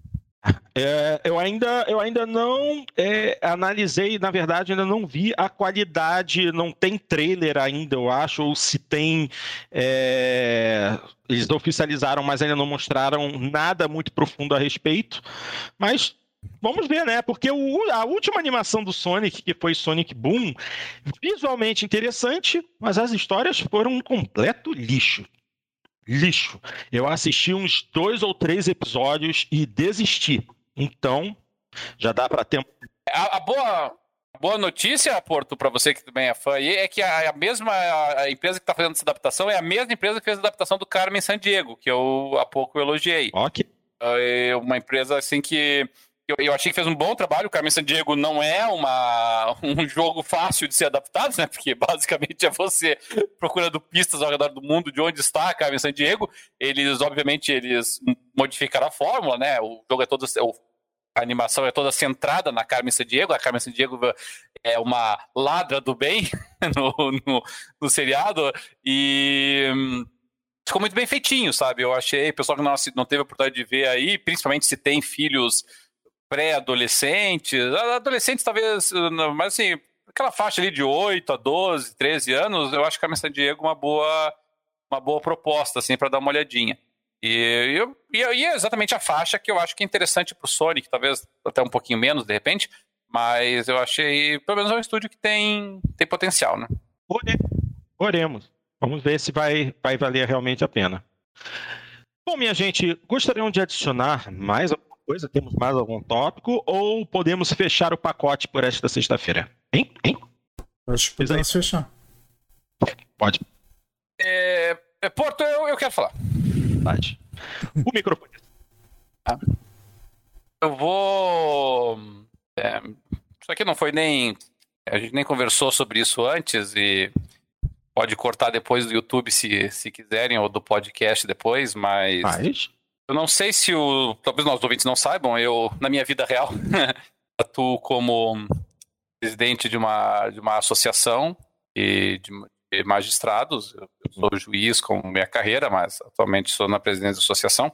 É, eu, ainda, eu ainda não é, analisei, na verdade, ainda não vi a qualidade, não tem trailer ainda, eu acho, ou se tem. É, eles oficializaram, mas ainda não mostraram nada muito profundo a respeito. Mas vamos ver, né? Porque o, a última animação do Sonic, que foi Sonic Boom, visualmente interessante, mas as histórias foram um completo lixo. Lixo. Eu assisti uns dois ou três episódios e desisti. Então, já dá para ter... A, a boa, boa notícia, Porto, para você que também é fã, aí, é que a, a mesma a empresa que está fazendo essa adaptação é a mesma empresa que fez a adaptação do Carmen Sandiego, que eu há pouco elogiei. Ok. É uma empresa assim que... Eu, eu achei que fez um bom trabalho. O Carmen Sandiego não é uma, um jogo fácil de ser adaptado, né? Porque basicamente é você procurando pistas ao redor do mundo de onde está a Carmen Sandiego. Eles, obviamente, eles modificaram a fórmula, né? O jogo é todo... A animação é toda centrada na Carmen Sandiego. A Carmen Sandiego é uma ladra do bem no, no, no seriado. E... ficou muito bem feitinho, sabe? Eu achei, o pessoal que não, não teve a oportunidade de ver aí, principalmente se tem filhos pré-adolescentes, adolescentes talvez, mas assim, aquela faixa ali de oito a doze, treze anos, eu acho que Carmen Sandiego é uma boa, uma boa proposta, assim, para dar uma olhadinha. E, eu, e é exatamente a faixa que eu acho que é interessante pro Sonic, talvez até um pouquinho menos, de repente, mas eu achei, pelo menos é um estúdio que tem, tem potencial, né? Oremos. Vamos ver se vai, vai valer realmente a pena. Bom, minha gente, gostariam de adicionar mais alguma coisa? Temos mais algum tópico? Ou podemos fechar o pacote por esta sexta-feira? Hein? Hein? Acho que podemos fechar. Pode. É, é, Porto, eu, eu quero falar. Pode. O microfone. Ah. Eu vou... É, isso aqui não foi nem... A gente nem conversou sobre isso antes e... Pode cortar depois do YouTube se, se quiserem, ou do podcast depois, mas... mas... Eu não sei se o... Talvez nossos ouvintes não saibam, eu, na minha vida real, atuo como presidente de uma, de uma associação e de, de magistrados. Eu, eu sou juiz com minha carreira, mas atualmente sou na presidência da associação.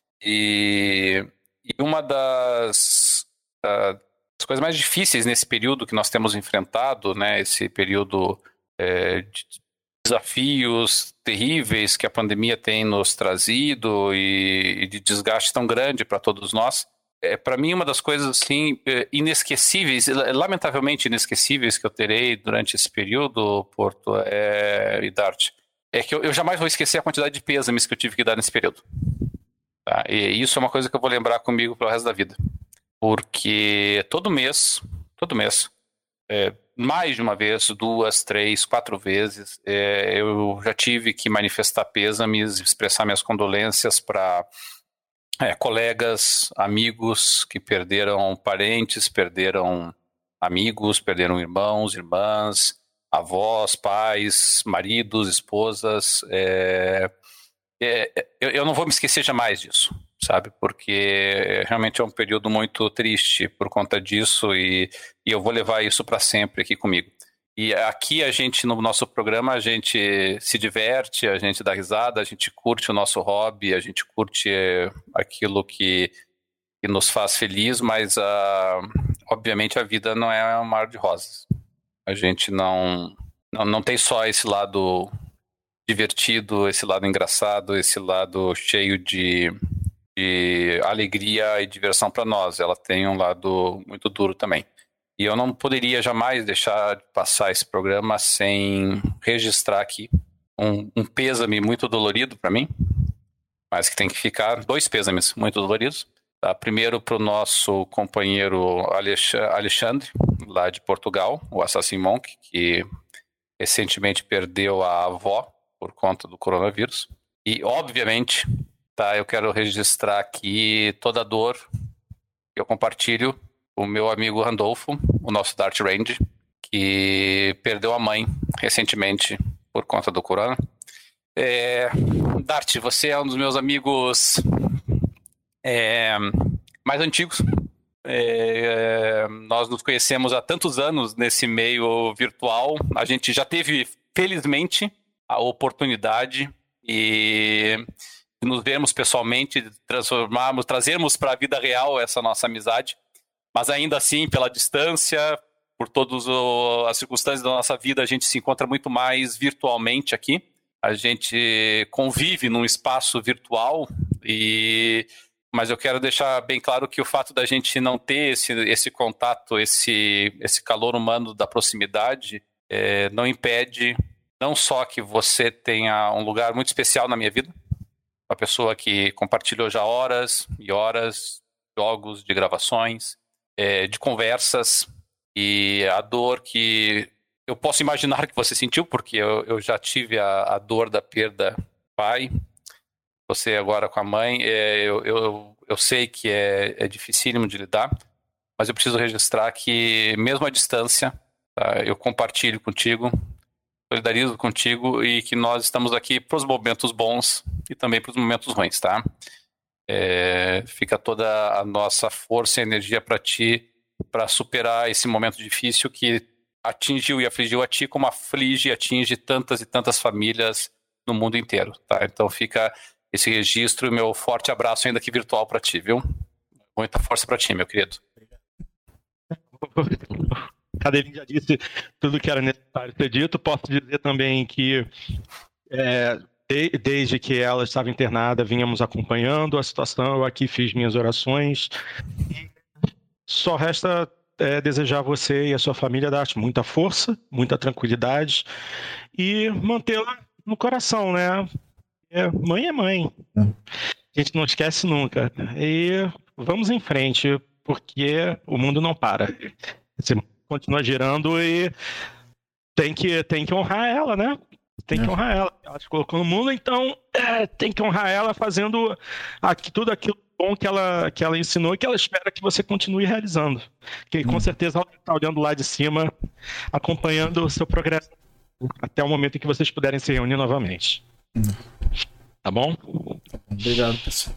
E, e uma das, uh, das coisas mais difíceis nesse período que nós temos enfrentado, né, esse período é, de desafios terríveis que a pandemia tem nos trazido e, e de desgaste tão grande para todos nós. É, para mim, uma das coisas assim, inesquecíveis, lamentavelmente inesquecíveis que eu terei durante esse período, Porto é, e Dart, é que eu, eu jamais vou esquecer a quantidade de pêsames que eu tive que dar nesse período. Tá? E isso é uma coisa que eu vou lembrar comigo pelo resto da vida. Porque todo mês, todo mês, é, mais de uma vez, duas, três, quatro vezes, é, eu já tive que manifestar pêsames, expressar minhas condolências para é, colegas, amigos que perderam parentes, perderam amigos, perderam irmãos, irmãs, avós, pais, maridos, esposas. É, é, eu, eu não vou me esquecer jamais disso, sabe? Porque realmente é um período muito triste por conta disso e, e eu vou levar isso para sempre aqui comigo. E aqui a gente, no nosso programa, a gente se diverte, a gente dá risada, a gente curte o nosso hobby, a gente curte aquilo que, que nos faz feliz, mas uh, obviamente a vida não é um mar de rosas. A gente não, não, não tem só esse lado divertido, esse lado engraçado, esse lado cheio de, de alegria e diversão para nós. Ela tem um lado muito duro também. E eu não poderia jamais deixar de passar esse programa sem registrar aqui um, um pêsame muito dolorido para mim, mas que tem que ficar, dois pêsames muito doloridos. Tá? Primeiro para o nosso companheiro Alexandre, lá de Portugal, o Assassin Monk, que recentemente perdeu a avó por conta do coronavírus. E, obviamente, tá, eu quero registrar aqui toda a dor que eu compartilho o meu amigo Randolfo, o nosso Dart Range, que perdeu a mãe recentemente por conta do corona. É, Dart, você é um dos meus amigos é, mais antigos. É, nós nos conhecemos há tantos anos nesse meio virtual. A gente já teve, felizmente, a oportunidade e de nos vermos pessoalmente, transformarmos, trazermos para a vida real essa nossa amizade. Mas ainda assim, pela distância, por todas as circunstâncias da nossa vida, a gente se encontra muito mais virtualmente aqui. A gente convive num espaço virtual, e... mas eu quero deixar bem claro que o fato da gente não ter esse, esse contato, esse, esse calor humano da proximidade, é, não impede não só que você tenha um lugar muito especial na minha vida, uma pessoa que compartilhou já horas e horas de jogos, de gravações, É, de conversas, e a dor que eu posso imaginar que você sentiu, porque eu, eu já tive a, a dor da perda do pai, você agora com a mãe, é, eu, eu, eu sei que é, é dificílimo de lidar, mas eu preciso registrar que mesmo à distância, tá, eu compartilho contigo, solidarizo contigo, e que nós estamos aqui para os momentos bons e também para os momentos ruins, tá? É, fica toda a nossa força e energia para ti, para superar esse momento difícil que atingiu e afligiu a ti, como aflige e atinge tantas e tantas famílias no mundo inteiro, tá? Então fica esse registro e meu forte abraço, ainda que virtual, para ti, viu? Muita força para ti, meu querido. Cadelinho já disse tudo que era necessário ser dito. Posso dizer também que é, desde que ela estava internada, vínhamos acompanhando a situação. Eu aqui fiz minhas orações. E só resta é, desejar a você e a sua família, Dart, muita força, muita tranquilidade e mantê-la no coração, né? É, mãe é mãe. A gente não esquece nunca. E vamos em frente, porque o mundo não para. Você continua girando e tem que, tem que honrar ela, né? Tem que honrar ela. Ela te colocou no mundo, então é, tem que honrar ela fazendo aqui, tudo aquilo bom que ela, que ela ensinou e que ela espera que você continue realizando. Que com certeza ela está olhando lá de cima, acompanhando o seu progresso até o momento em que vocês puderem se reunir novamente. Hum. Tá bom? Obrigado, pessoal.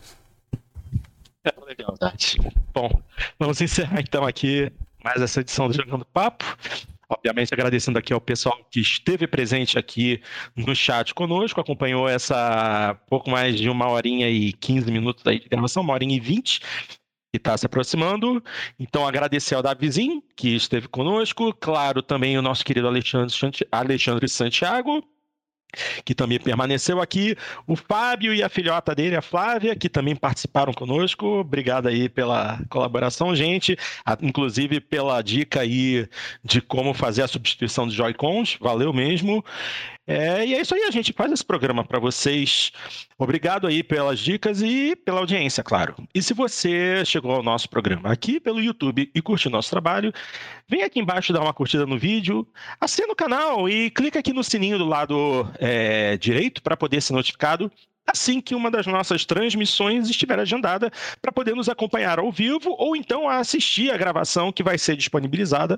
É legal, Tati. Bom, vamos encerrar então aqui mais essa edição do Jogando Papo. Obviamente agradecendo aqui ao pessoal que esteve presente aqui no chat conosco, acompanhou essa pouco mais de uma horinha e quinze minutos aí de gravação, uma horinha e vinte, que está se aproximando. Então agradecer ao Davizinho, que esteve conosco, claro, também o nosso querido Alexandre, Alexandre Santiago, que também permaneceu aqui, o Fábio e a filhota dele, a Flávia, que também participaram conosco. Obrigado aí pela colaboração, gente, inclusive pela dica aí de como fazer a substituição de Joy-Cons, valeu mesmo. É, e é isso aí, a gente faz esse programa para vocês. Obrigado aí pelas dicas e pela audiência, claro. E se você chegou ao nosso programa aqui pelo YouTube e curte o nosso trabalho, vem aqui embaixo dar uma curtida no vídeo, assina o canal e clica aqui no sininho do lado é, direito para poder ser notificado assim que uma das nossas transmissões estiver agendada, para poder nos acompanhar ao vivo ou então assistir a gravação que vai ser disponibilizada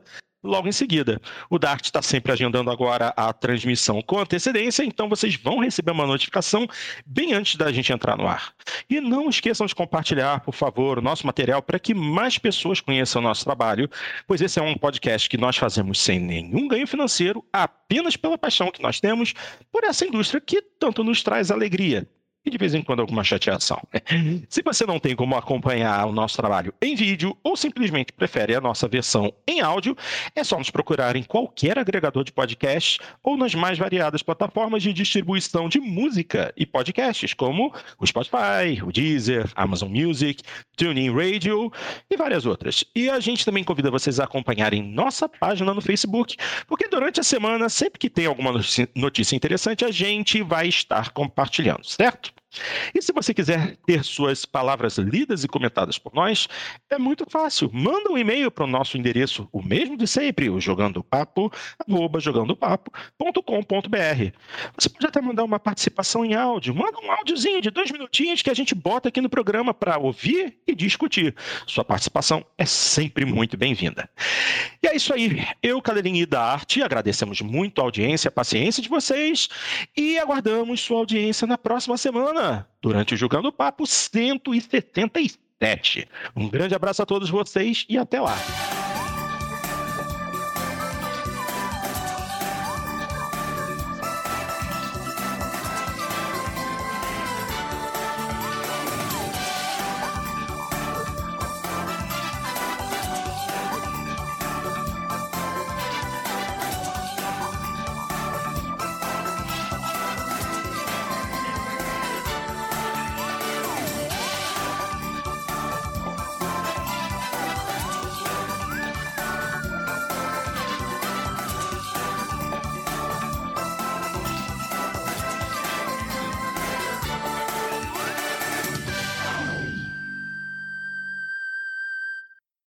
logo em seguida. O Dart está sempre agendando agora a transmissão com antecedência, então vocês vão receber uma notificação bem antes da gente entrar no ar. E não esqueçam de compartilhar, por favor, o nosso material para que mais pessoas conheçam o nosso trabalho, pois esse é um podcast que nós fazemos sem nenhum ganho financeiro, apenas pela paixão que nós temos por essa indústria que tanto nos traz alegria. E de vez em quando alguma chateação. Se você não tem como acompanhar o nosso trabalho em vídeo ou simplesmente prefere a nossa versão em áudio, é só nos procurar em qualquer agregador de podcast ou nas mais variadas plataformas de distribuição de música e podcasts, como o Spotify, o Deezer, Amazon Music, TuneIn Radio e várias outras. E a gente também convida vocês a acompanharem nossa página no Facebook, porque durante a semana, sempre que tem alguma notícia interessante, a gente vai estar compartilhando, certo? E se você quiser ter suas palavras lidas e comentadas por nós, é muito fácil. Manda um e-mail para o nosso endereço, o mesmo de sempre, o jogandopapo, arroba jogandopapo ponto com ponto b r. Você pode até mandar uma participação em áudio. Manda um áudiozinho de dois minutinhos que a gente bota aqui no programa para ouvir e discutir. Sua participação é sempre muito bem-vinda. E é isso aí. Eu, Cadeirinha da Arte, agradecemos muito a audiência, a paciência de vocês e aguardamos sua audiência na próxima semana, durante o Jogando Papo cento e setenta e sete. Um grande abraço a todos vocês e até lá!